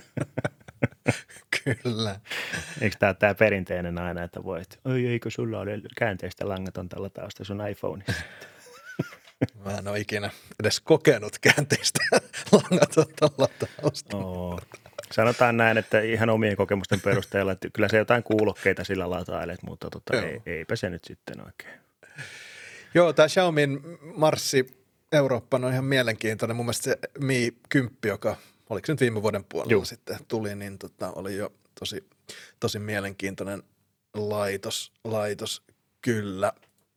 Kyllä. Eikö tämä tämä perinteinen aina, että voit, oi eikö sulla ole käänteistä langatonta latausta sun iPhoneissa? Mä en ole ikinä edes kokenut käänteistä langatonta latausta. Oo. Sanotaan näin, että ihan omien kokemusten perusteella, että kyllä se jotain kuulokkeita sillä latailet, mutta tota, ei, eipä se nyt sitten oikein. Joo, tämä Xiaomin marssi Eurooppaan on ihan mielenkiintoinen. Mun mielestä se Mi kymmenen, joka oliko se nyt viime vuoden puolella Juh. sitten tuli, niin tota, oli jo tosi, tosi mielenkiintoinen laitos, laitos kyllä.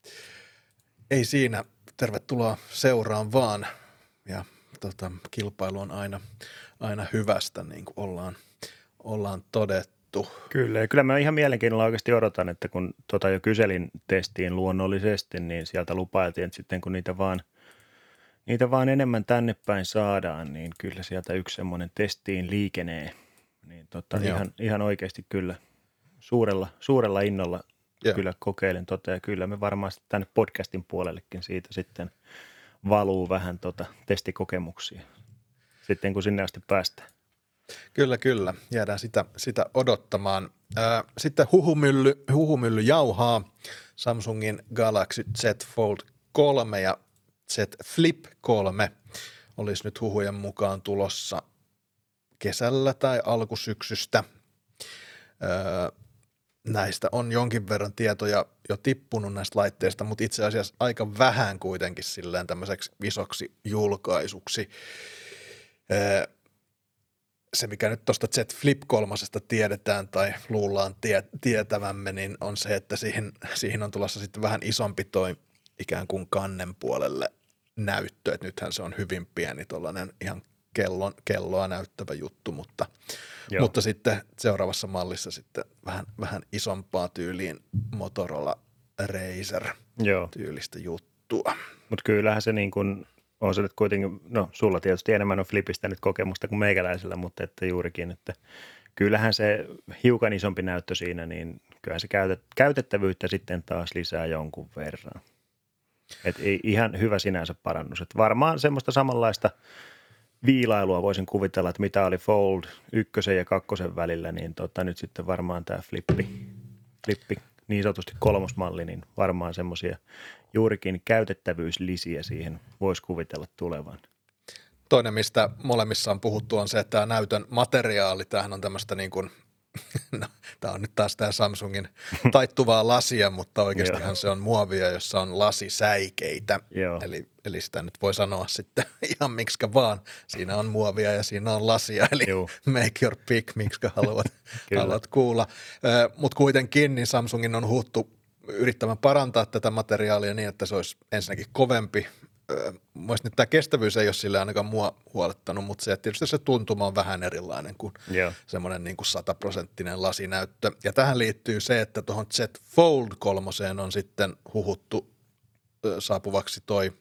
Ei siinä, tervetuloa seuraan vaan ja tota, kilpailu on aina, aina hyvästä, niin kuin ollaan, ollaan todettu. Kyllä, ja kyllä mä ihan mielenkiinnolla oikeasti odotan, että kun tota jo kyselin testiin luonnollisesti, niin sieltä lupailtiin, että sitten kun niitä vaan, niitä vaan enemmän tänne päin saadaan, niin kyllä sieltä yksi semmoinen testiin liikenee. Niin tota, ihan, ihan oikeasti kyllä suurella, suurella innolla Joo. kyllä kokeilen tota, ja kyllä me varmaan tänne podcastin puolellekin siitä sitten valuu vähän tota testikokemuksia sitten kun sinne asti päästään. Kyllä, kyllä. Jäädään sitä, sitä odottamaan. Ää, sitten huhumylly, huhumylly jauhaa Samsungin Galaxy Z Fold kolme ja Z Flip kolme olisi nyt huhujen mukaan tulossa kesällä tai alkusyksystä. Ää, näistä on jonkin verran tietoja jo tippunut näistä laitteista, mutta itse asiassa aika vähän kuitenkin silleen tämmöiseksi isoksi julkaisuksi. Ää, Se, mikä nyt tuosta Z Flip kolmosesta tiedetään tai luullaan tie, tietävämme, niin on se, että siihen, siihen on tulossa sitten vähän isompi toi ikään kuin kannen puolelle näyttö. Et nythän se on hyvin pieni tuollainen ihan kellon, kelloa näyttävä juttu, mutta, mutta sitten seuraavassa mallissa sitten vähän, vähän isompaa tyyliin Motorola Razr Joo. tyylistä juttua. Mutta kyllähän se niin kuin on se nyt kuitenkin, no sulla tietysti enemmän on Flipistä nyt kokemusta kuin meikäläisellä, mutta että juurikin, että kyllähän se hiukan isompi näyttö siinä, niin kyllähän se käytettävyyttä sitten taas lisää jonkun verran. Että ihan hyvä sinänsä parannus. Että varmaan semmoista samanlaista viilailua voisin kuvitella, että mitä oli Fold ykkösen ja kakkosen välillä, niin tota, nyt sitten varmaan tämä Flippi, Flippi niin sanotusti kolmosmalli, niin varmaan semmoisia juurikin käytettävyyslisiä siihen voisi kuvitella tulevan. Toinen, mistä molemmissa on puhuttu, on se, että tämä näytön materiaali, tämähän on tämmöistä niin kuin, no, tämä on nyt taas tämä Samsungin taittuvaa lasia, mutta oikeastihan se on muovia, jossa on lasisäikeitä. Eli, eli sitä nyt voi sanoa sitten ihan miksikä vaan. Siinä on muovia ja siinä on lasia, eli Joo. make your pick, miksikä haluat, haluat kuulla. Mutta kuitenkin niin Samsungin on huuttu yrittämään parantaa tätä materiaalia niin, että se olisi ensinnäkin kovempi. Mielestäni nyt tämä kestävyys ei ole sille ainakaan mua huolettanut, mutta se, että tietysti se tuntuma on vähän erilainen kuin yeah. semmoinen niin kuin sataprosenttinen lasinäyttö. Ja tähän liittyy se, että tuohon Z Fold kolmoseen on sitten huhuttu saapuvaksi toi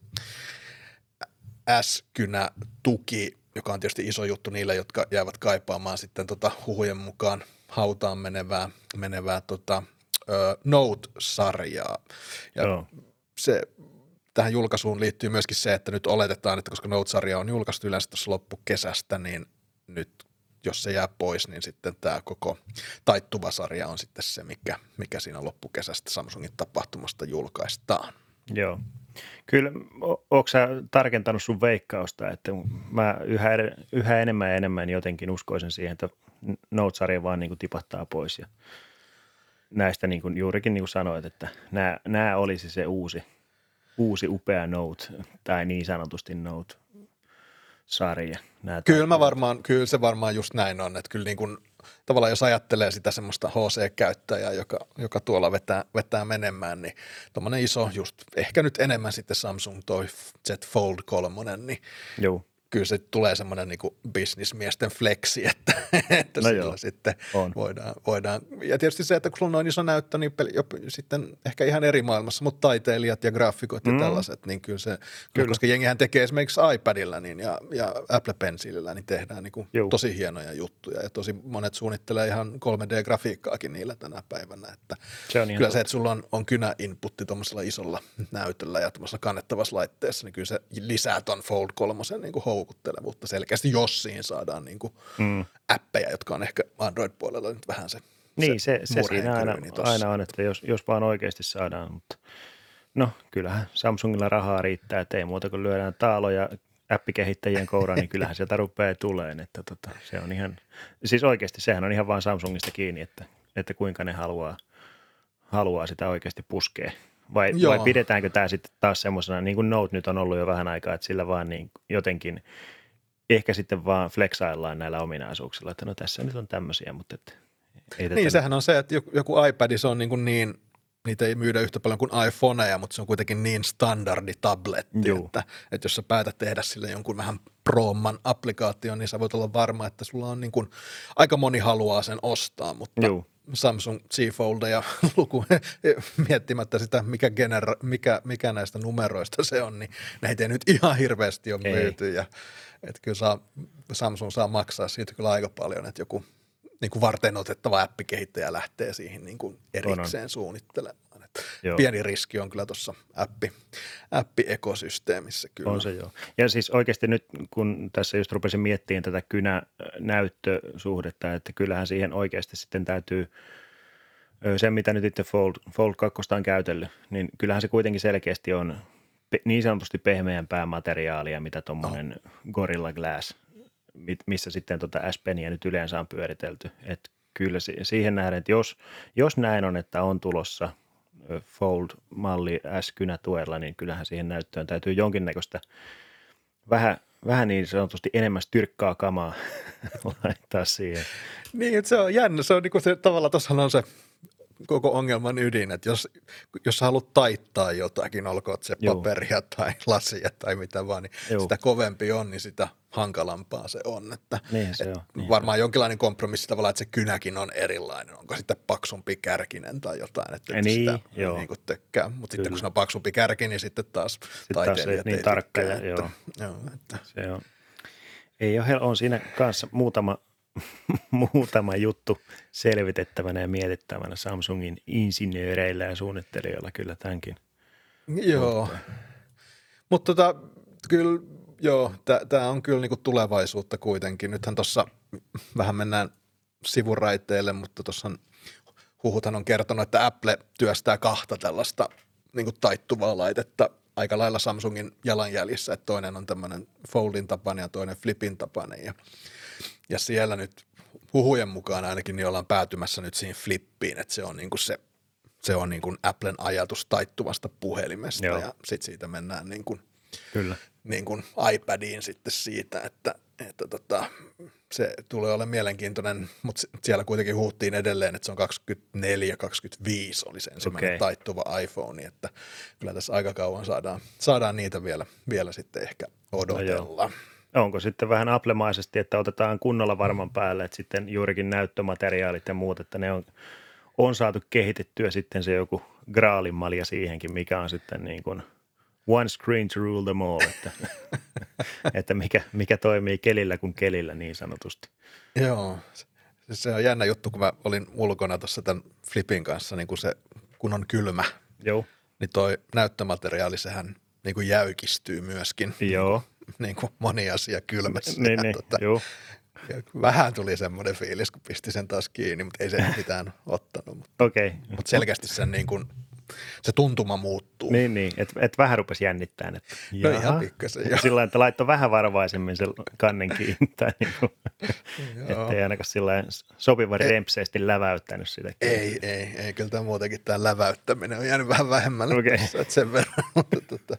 S-kynä-tuki, joka on tietysti iso juttu niille, jotka jäävät kaipaamaan sitten tota huhujen mukaan hautaan menevää, menevää tota, ö, Note-sarjaa. Ja oh. se tähän julkaisuun liittyy myöskin se, että nyt oletetaan, että koska Note-sarja on julkaistu yleensä tuossa loppukesästä, niin nyt jos se jää pois, niin sitten tämä koko taittuva sarja on sitten se, mikä, mikä siinä loppukesästä Samsungin tapahtumasta julkaistaan. Joo. Kyllä, ootko sä tarkentanut sun veikkausta, että mä yhä, yhä enemmän ja enemmän jotenkin uskoisin siihen, että Note-sarja vaan niin kuin tipahtaa pois ja näistä niin kuin juurikin niin kuin sanoit, että nämä, nämä olisi se uusi Uusi upea Note tai niin sanotusti Note-sarja. Kyllä, mä varmaan, kyllä se varmaan just näin on, että kyllä niin kuin, tavallaan jos ajattelee sitä semmoista H C-käyttäjää, joka, joka tuolla vetää, vetää menemään, niin tommoinen iso just ehkä nyt enemmän sitten Samsung toi Z Fold kolme, niin Joo. kyllä se tulee semmoinen niin kuin bisnismiesten flexi, että, että No sillä joo, sitten on. voidaan, voidaan. Ja tietysti se, että kun sulla on noin iso näyttö, niin peli, jo, sitten ehkä ihan eri maailmassa, mutta taiteilijat ja graafikot ja Mm. tällaiset, niin kyllä se, Kyllä. koska jengihän tekee esimerkiksi iPadilla niin, ja, ja Apple Pencilillä, niin tehdään niin kuin Juu. tosi hienoja juttuja ja tosi monet suunnittelee ihan kolme D-grafiikkaakin niillä tänä päivänä, että Se on ihan kyllä totta. se, että sulla on, on kynäinputti tuommoisella isolla näytöllä ja tuommoisella kannettavassa laitteessa, niin kyllä se lisää ton Fold kolme niin kuin houkuttelevuutta selkeästi, jos siihen saadaan niin kuin Mm. appeja, jotka on ehkä Android-puolella nyt vähän se Niin, se, se murheen siinä aina, kryyni tossa. aina on, että jos, jos vaan oikeasti saadaan, mutta no kyllähän Samsungilla rahaa riittää, että ei muuta kuin lyödään taaloja appikehittäjien kouraan, niin kyllähän sieltä rupeaa tuleen, että tota, se on ihan, siis oikeasti sehän on ihan vaan Samsungista kiinni, että, että kuinka ne haluaa, haluaa sitä oikeasti puskea. Vai, vai pidetäänkö tämä sitten taas semmoisena, niin kuin Note nyt on ollut jo vähän aikaa, että sillä vaan niin jotenkin ehkä sitten vaan flexaillaan näillä ominaisuuksilla, että no tässä nyt on tämmöisiä, mutta että ei tätä... Niin, sehän on se, että joku, joku iPad, se on niin, kuin niin, niitä ei myydä yhtä paljon kuin iPhoneja, mutta se on kuitenkin niin standardi tabletti, että, että jos sä päätät tehdä sille jonkun vähän proomman applikaation, niin sä voit olla varma, että sulla on niin kuin, aika moni haluaa sen ostaa, mutta Juu. Samsung Z Foldia luku miettimättä sitä, mikä, gener- mikä, mikä näistä numeroista se on, niin näitä ei nyt ihan hirveästi ole myyty. Ja, että kyllä saa, Samsung saa maksaa siitä kyllä aika paljon, että joku niin kuin varten otettava appikehittäjä lähtee siihen niin kuin erikseen on, on. suunnittelemaan. Että pieni riski on kyllä tuossa appi, appi-ekosysteemissä kyllä. On se joo. Ja siis oikeasti nyt, kun tässä just rupesin miettimään tätä kynä-näyttösuhdetta, että kyllähän siihen oikeasti sitten täytyy, se mitä nyt itse Fold, Fold kaksi on käytellyt, niin kyllähän se kuitenkin selkeästi on niin sanotusti pehmeämpää materiaalia, mitä tuommoinen oh. Gorilla Glass, missä sitten tuota S Peniä nyt yleensä on pyöritelty. Että kyllä siihen nähden, että jos, jos näin on, että on tulossa Fold-malli S-kynätuella, niin kyllähän siihen näyttöön täytyy jonkinnäköistä vähän, vähän niin sanotusti enemmän styrkkaa kamaa laittaa siihen. Niin, että se on jännä. Se on niin kuin se, tavallaan tuossahan on se koko ongelman ydin, että jos, jos sä haluat taittaa jotakin, olkoon se Joo. paperia tai lasia tai mitä vaan, niin Joo. sitä kovempi on, niin sitä hankalampaa se on. Että, niin se on. Niin varmaan se. jonkinlainen kompromissi tavallaan, että se kynäkin on erilainen. Onko sitten paksumpi kärkinen tai jotain, että, että niin, sitä joo. niin kuin tökkää. Mutta sitten kun se on paksumpi kärki, niin sitten taas sitten taiteilijat taas niin ei tarkka. tykkää, Ja, että, joo. joo, että. Se on. Ei ole, on siinä kanssa muutama muutama juttu selvitettävänä ja mietittävänä Samsungin insinööreillä ja suunnittelijoilla kyllä tämänkin. Joo, mutta tota, kyllä joo, tämä on kyllä niinku tulevaisuutta kuitenkin. Nythän tuossa vähän mennään sivuraiteille, mutta tuossa huhuthan on kertonut, että Apple työstää kahta tällaista niinku taittuvaa laitetta aika lailla Samsungin jalanjäljissä, että toinen on tämmöinen Foldin tapainen ja toinen Flipin tapainen ja, ja siellä nyt huhujen mukaan ainakin niin ollaan päätymässä nyt siihen Flippiin, että se on niin kuin se, se on niin kuin Applen ajatus taittuvasta puhelimesta Joo. ja sitten siitä mennään niin kuin, Kyllä. niin kuin iPadiin sitten siitä, että, että tota, se tulee olemaan mielenkiintoinen, mutta siellä kuitenkin huhuttiin edelleen, että se on kaksikymmentäneljä kaksikymmentäviisi oli se ensimmäinen okay. taittuva iPhone, että kyllä tässä aika kauan saadaan, saadaan niitä vielä, vielä sitten ehkä odotella. No onko sitten vähän applemaisesti, että otetaan kunnolla varman päälle, että sitten juurikin näyttömateriaalit ja muut, että ne on, on saatu kehitettyä sitten se joku graalinmalja siihenkin, mikä on sitten niin kuin one screen to rule them all, että, että mikä, mikä toimii kelillä kuin kelillä niin sanotusti. Joo, se on jännä juttu, kun mä olin ulkona tuossa tämän Flipin kanssa, niin kun, se, kun on kylmä, Joo. niin toi näyttömateriaali, sehän niin kuin jäykistyy myöskin. Joo. Niin kuin moni asia kylmässä. Niin, niin, tota, joo. Vähän tuli semmoinen fiilis, kun pisti sen taas kiinni, mutta ei se mitään ottanut. Mutta, okay. mutta selkeästi sen niin kuin, se tuntuma muuttuu. Niin, niin. että et vähän rupesi jännittämään. Että, no ihan pikkasen, joo. Sillä että laittoi vähän varovaisemmin sen kannen kiinni, tai niin kuin, ettei ainakaan sillä sopivan rempseesti läväyttänyt sitä. Ei, ei, ei. Kyllä tämä muutenkin tämä läväyttäminen on jäänyt vähän vähemmälle okay. tässä, että sen verran. mutta, mutta,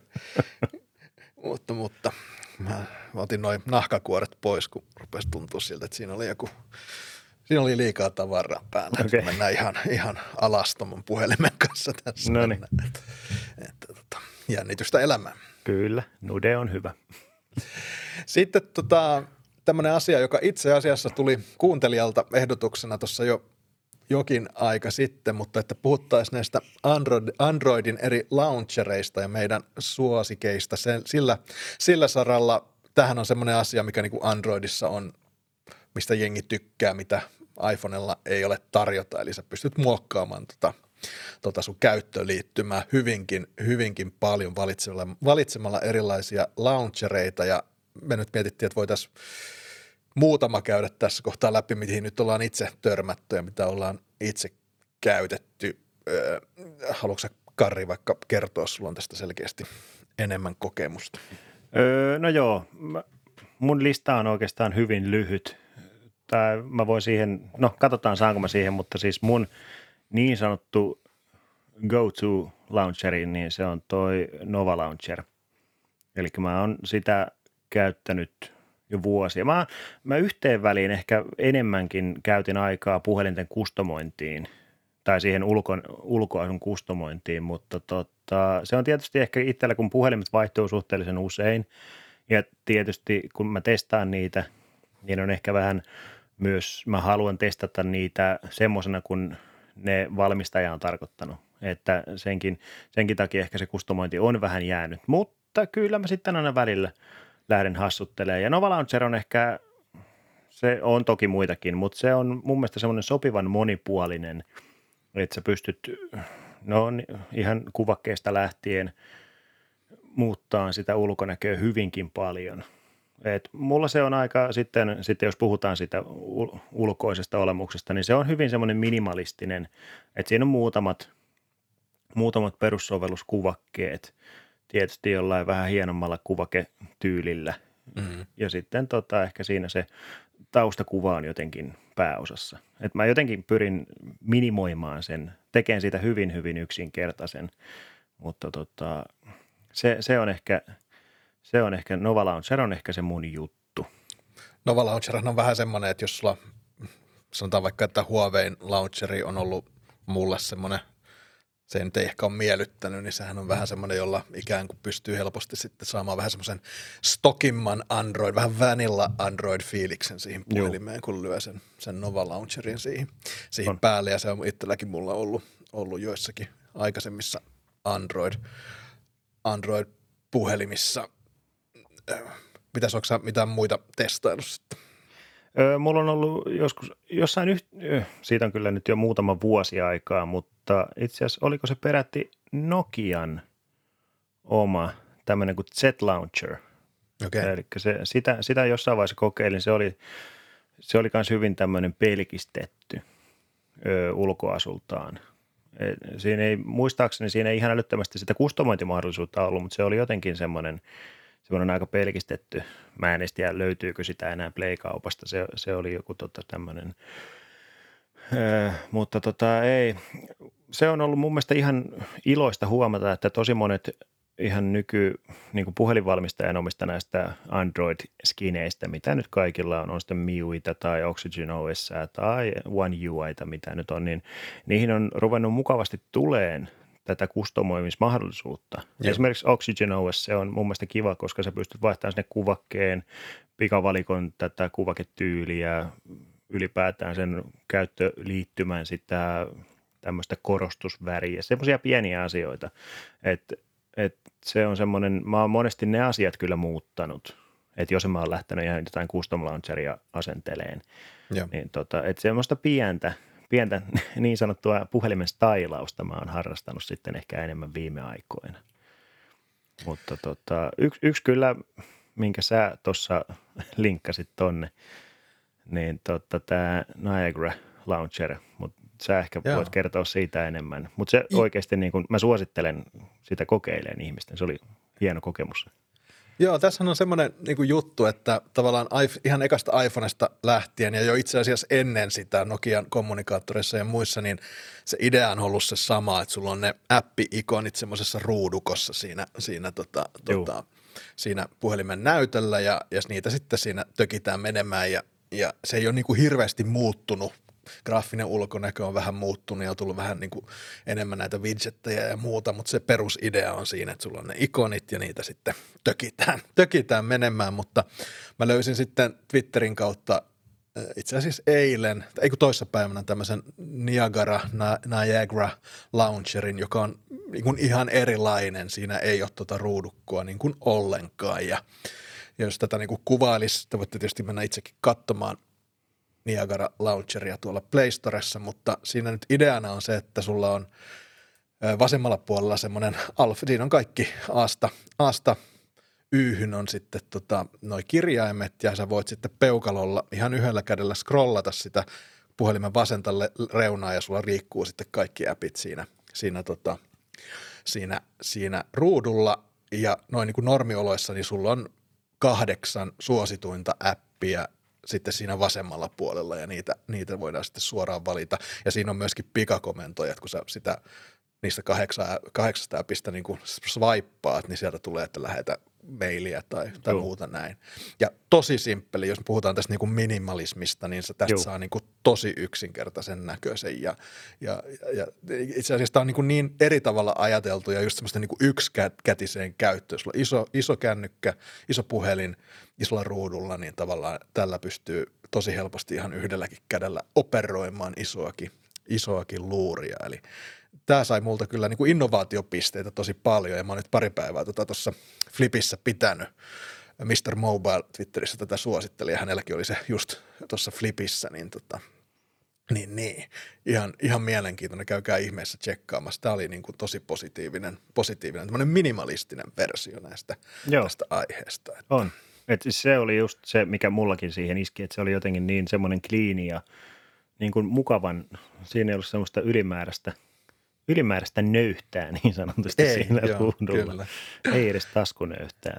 mutta, mutta mä otin noin nahkakuoret pois, kun rupesi tuntua siltä, että siinä oli joku, siinä oli liikaa tavaraa päällä. Okay. Mennään ihan, ihan alastomon puhelimen kanssa tässä. No niin. Että, että, että, jännitystä elämään. Kyllä, nude on hyvä. Sitten tota, tämmöinen asia, joka itse asiassa tuli kuuntelijalta ehdotuksena tuossa jo jokin aika sitten, mutta että puhuttaisiin näistä Android, Androidin eri launchereista ja meidän suosikeista sen, sillä, sillä saralla. Tämähän on semmoinen asia, mikä niin kuin Androidissa on, mistä jengi tykkää, mitä iPhonella ei ole tarjota, eli sä pystyt muokkaamaan tota, tota sun käyttöliittymää hyvinkin, hyvinkin paljon valitsemalla, valitsemalla erilaisia launchereita, ja me nyt mietittiin, että voitaisiin muutama käydä tässä kohtaa läpi, mihin nyt ollaan itse törmätty ja mitä ollaan itse käytetty. Öö, haluatko sä, Karri, vaikka kertoa, sulla on tästä selkeästi enemmän kokemusta? Öö, no joo, mä, mun lista on oikeastaan hyvin lyhyt. Tai mä voin siihen, no katsotaan saanko mä siihen, mutta siis mun niin sanottu go-to launcheri, niin se on toi Nova Launcher. Eli mä oon sitä käyttänyt jo vuosia. Mä, mä yhteen väliin ehkä enemmänkin käytin aikaa puhelinten kustomointiin tai siihen ulko, ulkoasun kustomointiin, mutta tota, se on tietysti ehkä itsellä, kun puhelimet vaihtuu suhteellisen usein ja tietysti kun mä testaan niitä, niin on ehkä vähän myös, mä haluan testata niitä semmoisena, kun ne valmistaja on tarkoittanut, että senkin, senkin takia ehkä se kustomointi on vähän jäänyt, mutta kyllä mä sitten aina välillä lähden hassuttelemaan. Ja Nova Launcher on ehkä, se on toki muitakin, mutta se on mun mielestä semmoinen sopivan monipuolinen, että sä pystyt no, ihan kuvakkeesta lähtien muuttaa sitä ulkonäköä hyvinkin paljon. Et mulla se on aika sitten, sitten jos puhutaan sitä ulkoisesta olemuksesta, niin se on hyvin semmoinen minimalistinen, että siinä on muutamat, muutamat perussovelluskuvakkeet, tietysti jollain vähän hienommalla kuvaketyylillä. Mm-hmm. Ja sitten tota, ehkä siinä se taustakuva on jotenkin pääosassa. Et mä jotenkin pyrin minimoimaan sen, tekemään siitä hyvin, hyvin yksinkertaisen, mutta tota, se, se on ehkä, se on ehkä, Nova Launcher on ehkä se mun juttu. Nova Launcher on vähän semmoinen, että jos sulla, sanotaan vaikka, että Huawein launcheri on ollut mulle semmoinen, se ei nyt ei ehkä ole miellyttänyt, niin sehän on vähän semmoinen, jolla ikään kuin pystyy helposti sitten saamaan vähän semmoisen stokimman Android, vähän vanilla Android-fiiliksen siihen puhelimeen, Joo. kun lyö sen, sen Nova Launcherin siihen, siihen päälle. Ja se on itselläkin mulla ollut, ollut joissakin aikaisemmissa Android, Android-puhelimissa. Mitäs, onko sä mitään muita testaillut sitten? Öö, mulla on ollut joskus, jossain, yht, siitä on kyllä nyt jo muutama vuosi aikaa, mutta itse asiassa oliko se peräti Nokian oma tämmöinen kuin Z-Launcher. Okay. Eli se, sitä, sitä jossain vaiheessa kokeilin, se oli, se oli myös hyvin tämmöinen pelkistetty ö, ulkoasultaan. Et siinä ei, muistaakseni siinä ei ihan älyttömästi sitä kustomointimahdollisuutta ollut, mutta se oli jotenkin semmoinen, semmoinen aika pelkistetty. Mä en tiedä, löytyykö sitä enää Play-kaupasta. Se, se oli joku tota tämmöinen, öö, mutta tota ei. Se on ollut mun mielestä ihan iloista huomata, että tosi monet ihan nyky niin kuin puhelinvalmistajan omista näistä Android-skineistä, mitä nyt kaikilla on, on sitten M I U I:tä tai Oxygen O S tai One U I:tä, mitä nyt on, niin niihin on ruvennut mukavasti tuleen tätä kustomoimismahdollisuutta. Joo. Esimerkiksi Oxygen O S, se on mun mielestä kiva, koska sä pystyt vaihtamaan sinne kuvakkeen, pikavalikon tätä kuvaketyyliä, ylipäätään sen käyttöliittymään sitä tämmöistä korostusväriä, semmoisia pieniä asioita, että et se on semmoinen, mä oon monesti ne asiat kyllä muuttanut, että jos mä oon lähtenyt ihan jotain custom launcheria asenteleen, Joo. niin tota, että semmoista pientä, pientä niin sanottua puhelimen stailausta mä oon harrastanut sitten ehkä enemmän viime aikoina. Mutta tota, yksi, yksi kyllä, minkä sä tuossa linkkasit tonne, niin tota, tämä Niagara Launcher, mutta sä ehkä Joo. voit kertoa siitä enemmän. Mutta se oikeasti, niin kun mä suosittelen sitä kokeilemaan ihmisten, se oli hieno kokemus. Joo, tässä on semmoinen niin kuin juttu, että tavallaan ihan ekasta iPhonesta lähtien ja jo itse asiassa ennen sitä Nokian kommunikaattoreissa ja muissa, niin se idea on ollut se sama, että sulla on ne appi-ikonit semmoisessa ruudukossa siinä, siinä, tota, tota, siinä puhelimen näytöllä ja, ja niitä sitten siinä tökitään menemään ja, ja se ei ole niin kuin hirveästi muuttunut graafinen ulkonäkö on vähän muuttunut ja on tullut vähän niin kuin enemmän näitä widgetteja ja muuta, mutta se perusidea on siinä, että sulla on ne ikonit ja niitä sitten tökitään, tökitään menemään, mutta mä löysin sitten Twitterin kautta itse asiassa eilen, ei kun toissapäivänä tämmöisen Niagara, Niagara Launcherin, joka on niin kuin ihan erilainen. Siinä ei ole tuota ruudukkoa niin kuin ollenkaan. Ja, ja jos tätä niin kuin kuvailisi, te voitte tietysti mennä itsekin katsomaan Niagara Launcheria tuolla Play Storessa, mutta siinä nyt ideana on se, että sulla on vasemmalla puolella semmoinen alfa, siinä on kaikki Asta, Asta Yhyn on sitten tota, noi kirjaimet ja sä voit sitten peukalolla ihan yhdellä kädellä scrollata sitä puhelimen vasentalle reunaa ja sulla riikkuu sitten kaikki appit siinä, siinä, tota, siinä, siinä ruudulla ja noin niin kuin normioloissa niin sulla on kahdeksan suosituinta appia sitten siinä vasemmalla puolella ja niitä, niitä voidaan sitten suoraan valita ja siinä on myöskin pikakomentoja, kun sä sitä niistä kahdeksan, kahdeksasta appista niin kuin swipeaat, niin sieltä tulee, että lähetä mailia tai, tai muuta näin. Ja tosi simppeli, jos puhutaan tästä niin kuin minimalismista, niin se tästä Joo. saa niin kuin tosi yksinkertaisen näköisen. Ja, ja, ja itse asiassa tämä on niin, kuin niin eri tavalla ajateltu ja just semmoista niin kuin yksikätiseen käyttöön. Jos on iso, iso kännykkä, iso puhelin, isolla ruudulla, niin tavallaan tällä pystyy tosi helposti ihan yhdelläkin kädellä operoimaan isoakin, isoakin luuria. Eli tämä sai multa kyllä niin kuin innovaatiopisteitä tosi paljon ja mä oon nyt pari päivää tuossa tota Flipissä pitänyt. mister Mobile Twitterissä tätä suositteli ja hänelläkin oli se just tuossa Flipissä, niin, tota, niin, niin. Ihan, ihan mielenkiintoinen. Käykää ihmeessä tsekkaamassa. Tämä oli niin kuin tosi positiivinen, positiivinen tämmöinen minimalistinen versio näistä Joo. tästä aiheesta. Että. On. Et se oli just se, mikä mullakin siihen iski, että se oli jotenkin niin semmoinen clean ja niin kuin mukavan, siinä ei ollut semmoista ylimääräistä Ylimääräistä nöyhtää niin sanotusti ei, siinä joo, ruudulla. Kyllä. Ei edes taskunöyhtää.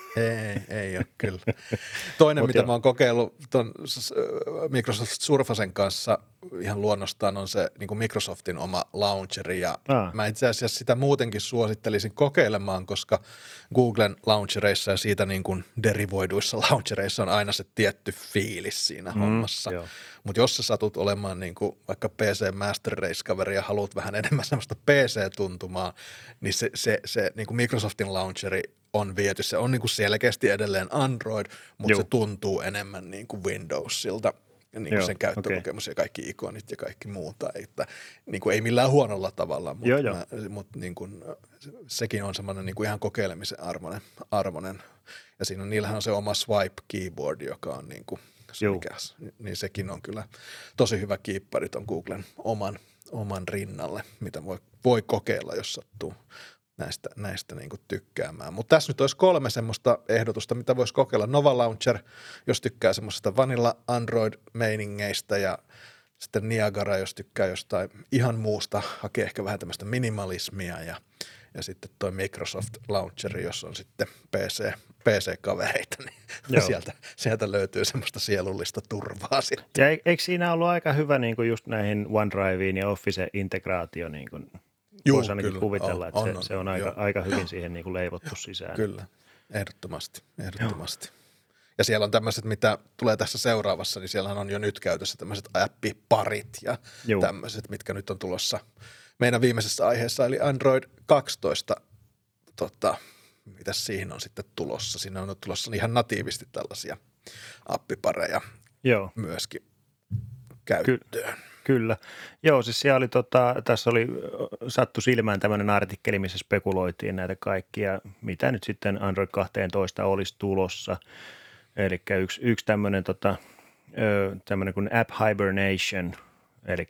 Ei, ei ole kyllä. Toinen, Mut mitä jo. mä oon kokeillut ton Microsoft Surfacen kanssa ihan luonnostaan on se niin kuin Microsoftin oma launcheri ja Aa. mä itse asiassa sitä muutenkin suosittelisin kokeilemaan, koska Googlen launchereissa ja siitä niin kuin derivoiduissa launchereissa on aina se tietty fiilis siinä mm, hommassa. Mutta jos sä satut olemaan niin kuin vaikka P C Master Race-kaveri ja haluat vähän enemmän semmoista P C-tuntumaa, niin se, se, se niin kuin Microsoftin launcheri on viety. Se on niin kuin selkeästi edelleen Android, mutta Joo. se tuntuu enemmän niin kuin Windowsilta. Niin kuin sen käyttökokemus okay. ja kaikki ikonit ja kaikki muuta. Että, niin kuin ei millään huonolla tavalla, mutta, joo, mä, mutta niin kuin, sekin on semmoinen niin kuin ihan kokeilemisen arvoinen, arvoinen. Ja siinä on, niillähän on se oma swipe keyboard, joka on niin kuin, mikäs, niin sekin on kyllä tosi hyvä kiippari ton Googlen oman, oman rinnalle, mitä voi, voi kokeilla, jos sattuu näistä, näistä niin kuin tykkäämään. Mutta tässä nyt olisi kolme semmoista ehdotusta, mitä voisi kokeilla. Nova Launcher, jos tykkää semmoisesta vanilla Android-meiningeistä ja sitten Niagara, jos tykkää jostain ihan muusta, hakee ehkä vähän tämmöistä minimalismia ja, ja sitten toi Microsoft Launcher, jos on sitten P C, P C-kavereita, niin sieltä, sieltä löytyy semmoista sielullista turvaa sitten. Ja eikö siinä ollut aika hyvä niin kuin just näihin OneDriveen ja Office-integraatio niin kuin Juu, voisi ainakin kyllä, kuvitella, on, että on, se, on, se on aika, aika hyvin siihen niin kuin leivottu sisään. Kyllä, ehdottomasti, ehdottomasti. Joo. Ja siellä on tämmöiset, mitä tulee tässä seuraavassa, niin siellä on jo nyt käytössä tämmöiset appiparit ja Joo. tämmöiset, mitkä nyt on tulossa meidän viimeisessä aiheessa, eli Android kaksitoista, tota, mitäs siihen on sitten tulossa? Siinä on tulossa ihan natiivisti tällaisia appipareja Joo. myöskin käyttöön. Ky- Kyllä. Joo, siis siellä oli, tota, tässä oli sattu silmään tämmöinen artikkeli, missä spekuloitiin näitä kaikkia, mitä nyt sitten Android kaksitoista olisi tulossa. Eli yksi, yksi tämmöinen, tota, tämmöinen kuin App Hibernation, eli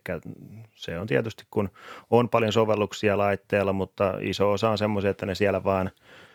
se on tietysti, kun on paljon sovelluksia laitteella, mutta iso osa on semmoisia, että ne siellä vaan,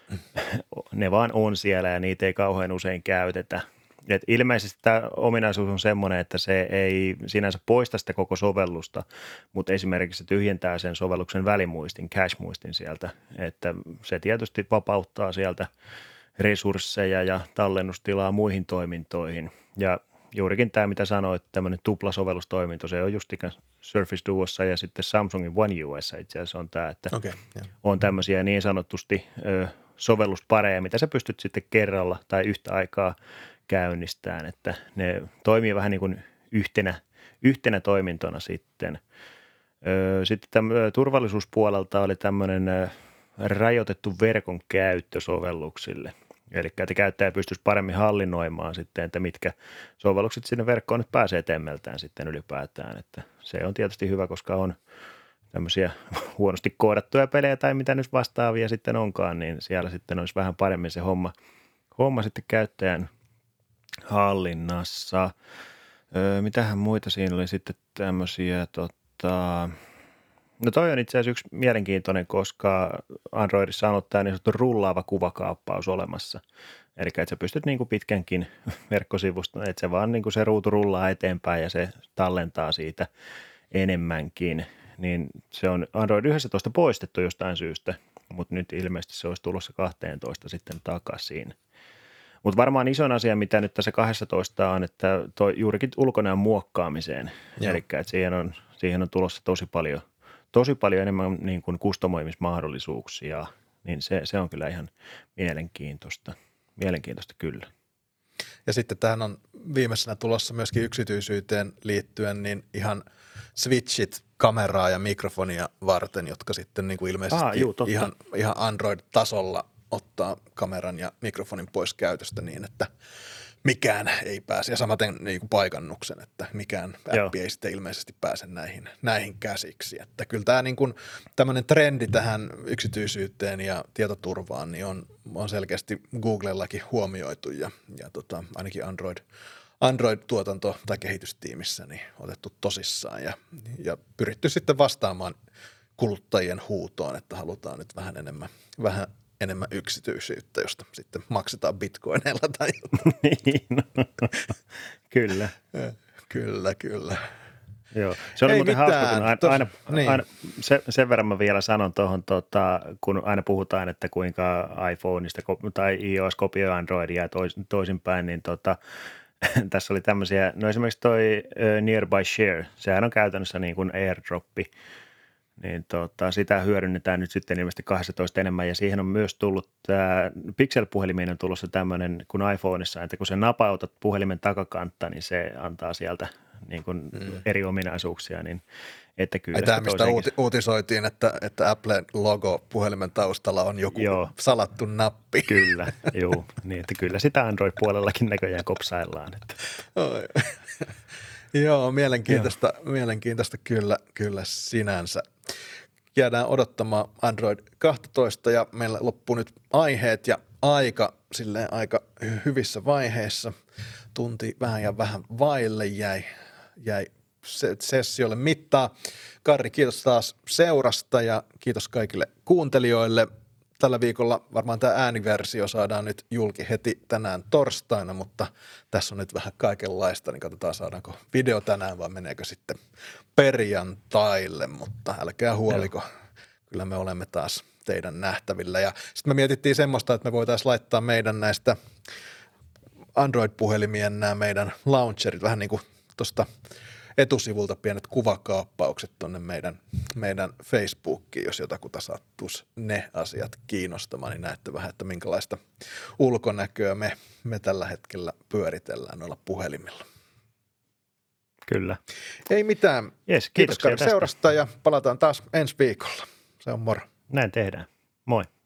ne vaan on siellä ja niitä ei kauhean usein käytetä. Et ilmeisesti tämä ominaisuus on semmoinen, että se ei sinänsä poista sitä koko sovellusta, mutta esimerkiksi se tyhjentää sen sovelluksen välimuistin, cache-muistin sieltä, että se tietysti vapauttaa sieltä resursseja ja tallennustilaa muihin toimintoihin. Ja juurikin tämä, mitä sanoit, tämmöinen tuplasovellustoiminto, se on just Surface Duossa ja sitten Samsungin One U S itse asiassa on tämä, että okay, yeah. on tämmöisiä niin sanotusti ö, sovelluspareja, mitä sä pystyt sitten kerralla tai yhtä aikaa käynnistään, että ne toimii vähän niin kuin yhtenä, yhtenä toimintona sitten. Sitten tämän turvallisuuspuolelta oli tämmöinen rajoitettu verkon käyttö sovelluksille. Eli että käyttäjä pystyisi paremmin hallinnoimaan sitten, että mitkä sovellukset sinne verkkoon nyt pääsee temmeltään sitten ylipäätään. Että se on tietysti hyvä, koska on tämmöisiä huonosti koodattuja pelejä tai mitä nyt vastaavia sitten onkaan, niin siellä sitten olisi vähän paremmin se homma, homma sitten käyttäjän hallinnassa. Öö, mitähän muita siinä oli sitten tämmöisiä, tota... no toi on itse asiassa yksi mielenkiintoinen, koska Androidissa on ollut tämä niin sanottu rullaava kuvakaappaus olemassa. Eli että sä pystyt niin kuin pitkänkin verkkosivusta, että se vaan niin kuin se ruutu rullaa eteenpäin ja se tallentaa siitä enemmänkin. Niin se on Android yksitoista poistettu jostain syystä, mutta nyt ilmeisesti se olisi tulossa kaksitoista sitten takaisin. Mutta varmaan isoin asia, mitä nyt tässä kaksitoista on, että toi juurikin ulkonäön muokkaamiseen. Eli että siihen on, siihen on tulossa tosi paljon, tosi paljon enemmän niin kuin kustomoimismahdollisuuksia, niin se, se on kyllä ihan mielenkiintoista. Mielenkiintoista kyllä. Ja sitten tähän on viimeisenä tulossa myöskin yksityisyyteen liittyen niin ihan switchit kameraa ja mikrofonia varten, jotka sitten niin kuin ilmeisesti ah, juu, ihan, ihan Android-tasolla ottaa kameran ja mikrofonin pois käytöstä niin, että mikään ei pääse. Ja samaten niin kuin paikannuksen, että mikään Joo. appi ei sitten ilmeisesti pääse näihin, näihin käsiksi. Että kyllä tämä niin kuin tämmöinen trendi tähän yksityisyyteen ja tietoturvaan niin on, on selkeästi Googlellakin huomioitu ja, ja tota, ainakin Android, Android-tuotanto- tai kehitystiimissä niin otettu tosissaan ja, ja pyritty sitten vastaamaan kuluttajien huutoon, että halutaan nyt vähän enemmän, vähän enemmän yksityisyyttä, josta sitten maksetaan bitcoineilla tai jotain. Niin, no, kyllä. Kyllä, kyllä. Joo. Se oli Ei muuten mitään. hauska, kun aina, Tos, aina, niin. aina se, sen verran mä vielä sanon tuohon, tota, kun aina puhutaan, että kuinka iPhoneista tai iOS kopioi Androidia ja tois, toisinpäin, niin tota, tässä oli tämmöisiä, no esimerkiksi toi uh, Nearby Share, sehän on käytännössä niin kuin AirDroppi, niin tota, sitä hyödynnetään nyt sitten ilmeisesti kaksitoista enemmän ja siihen on myös tullut tämä Pixel-puhelimiin on tulossa tämmöinen kuin iPhoneissa, että kun sä napautat puhelimen takakantta, niin se antaa sieltä niin kuin mm. eri ominaisuuksia, niin että kyllä. Tämä, mistä uuti, uutisoitiin, että, että Applen logo puhelimen taustalla on joku Joo. salattu nappi. Kyllä, juu, niin että kyllä sitä Android-puolellakin näköjään kopsaillaan. Että. Oi. Joo, mielenkiintoista, Joo. mielenkiintoista kyllä, kyllä sinänsä. Jäädään odottamaan Android kaksitoista ja meillä loppuu nyt aiheet ja aika silleen aika hyvissä vaiheissa. Tunti vähän ja vähän vaille jäi, jäi sessiolle mittaa. Karri, kiitos taas seurasta ja kiitos kaikille kuuntelijoille. Tällä viikolla varmaan tämä ääniversio saadaan nyt julki heti tänään torstaina, mutta tässä on nyt vähän kaikenlaista, niin katsotaan saadaanko video tänään vai meneekö sitten perjantaille, mutta älkää huoliko, Joo. kyllä me olemme taas teidän nähtävillä. Ja sitten me mietittiin semmoista, että me voitaisiin laittaa meidän näistä Android-puhelimien nämä meidän launcherit vähän niin kuin tuosta etusivulta pienet kuvakaappaukset tuonne meidän, meidän Facebookiin, jos jotakuta sattuisi ne asiat kiinnostamaan, niin näette vähän, että minkälaista ulkonäköä me, me tällä hetkellä pyöritellään noilla puhelimilla. Kyllä. Ei mitään. Yes, kiitos Kari seurasta ja palataan taas ensi viikolla. Se on moro. Näin tehdään. Moi.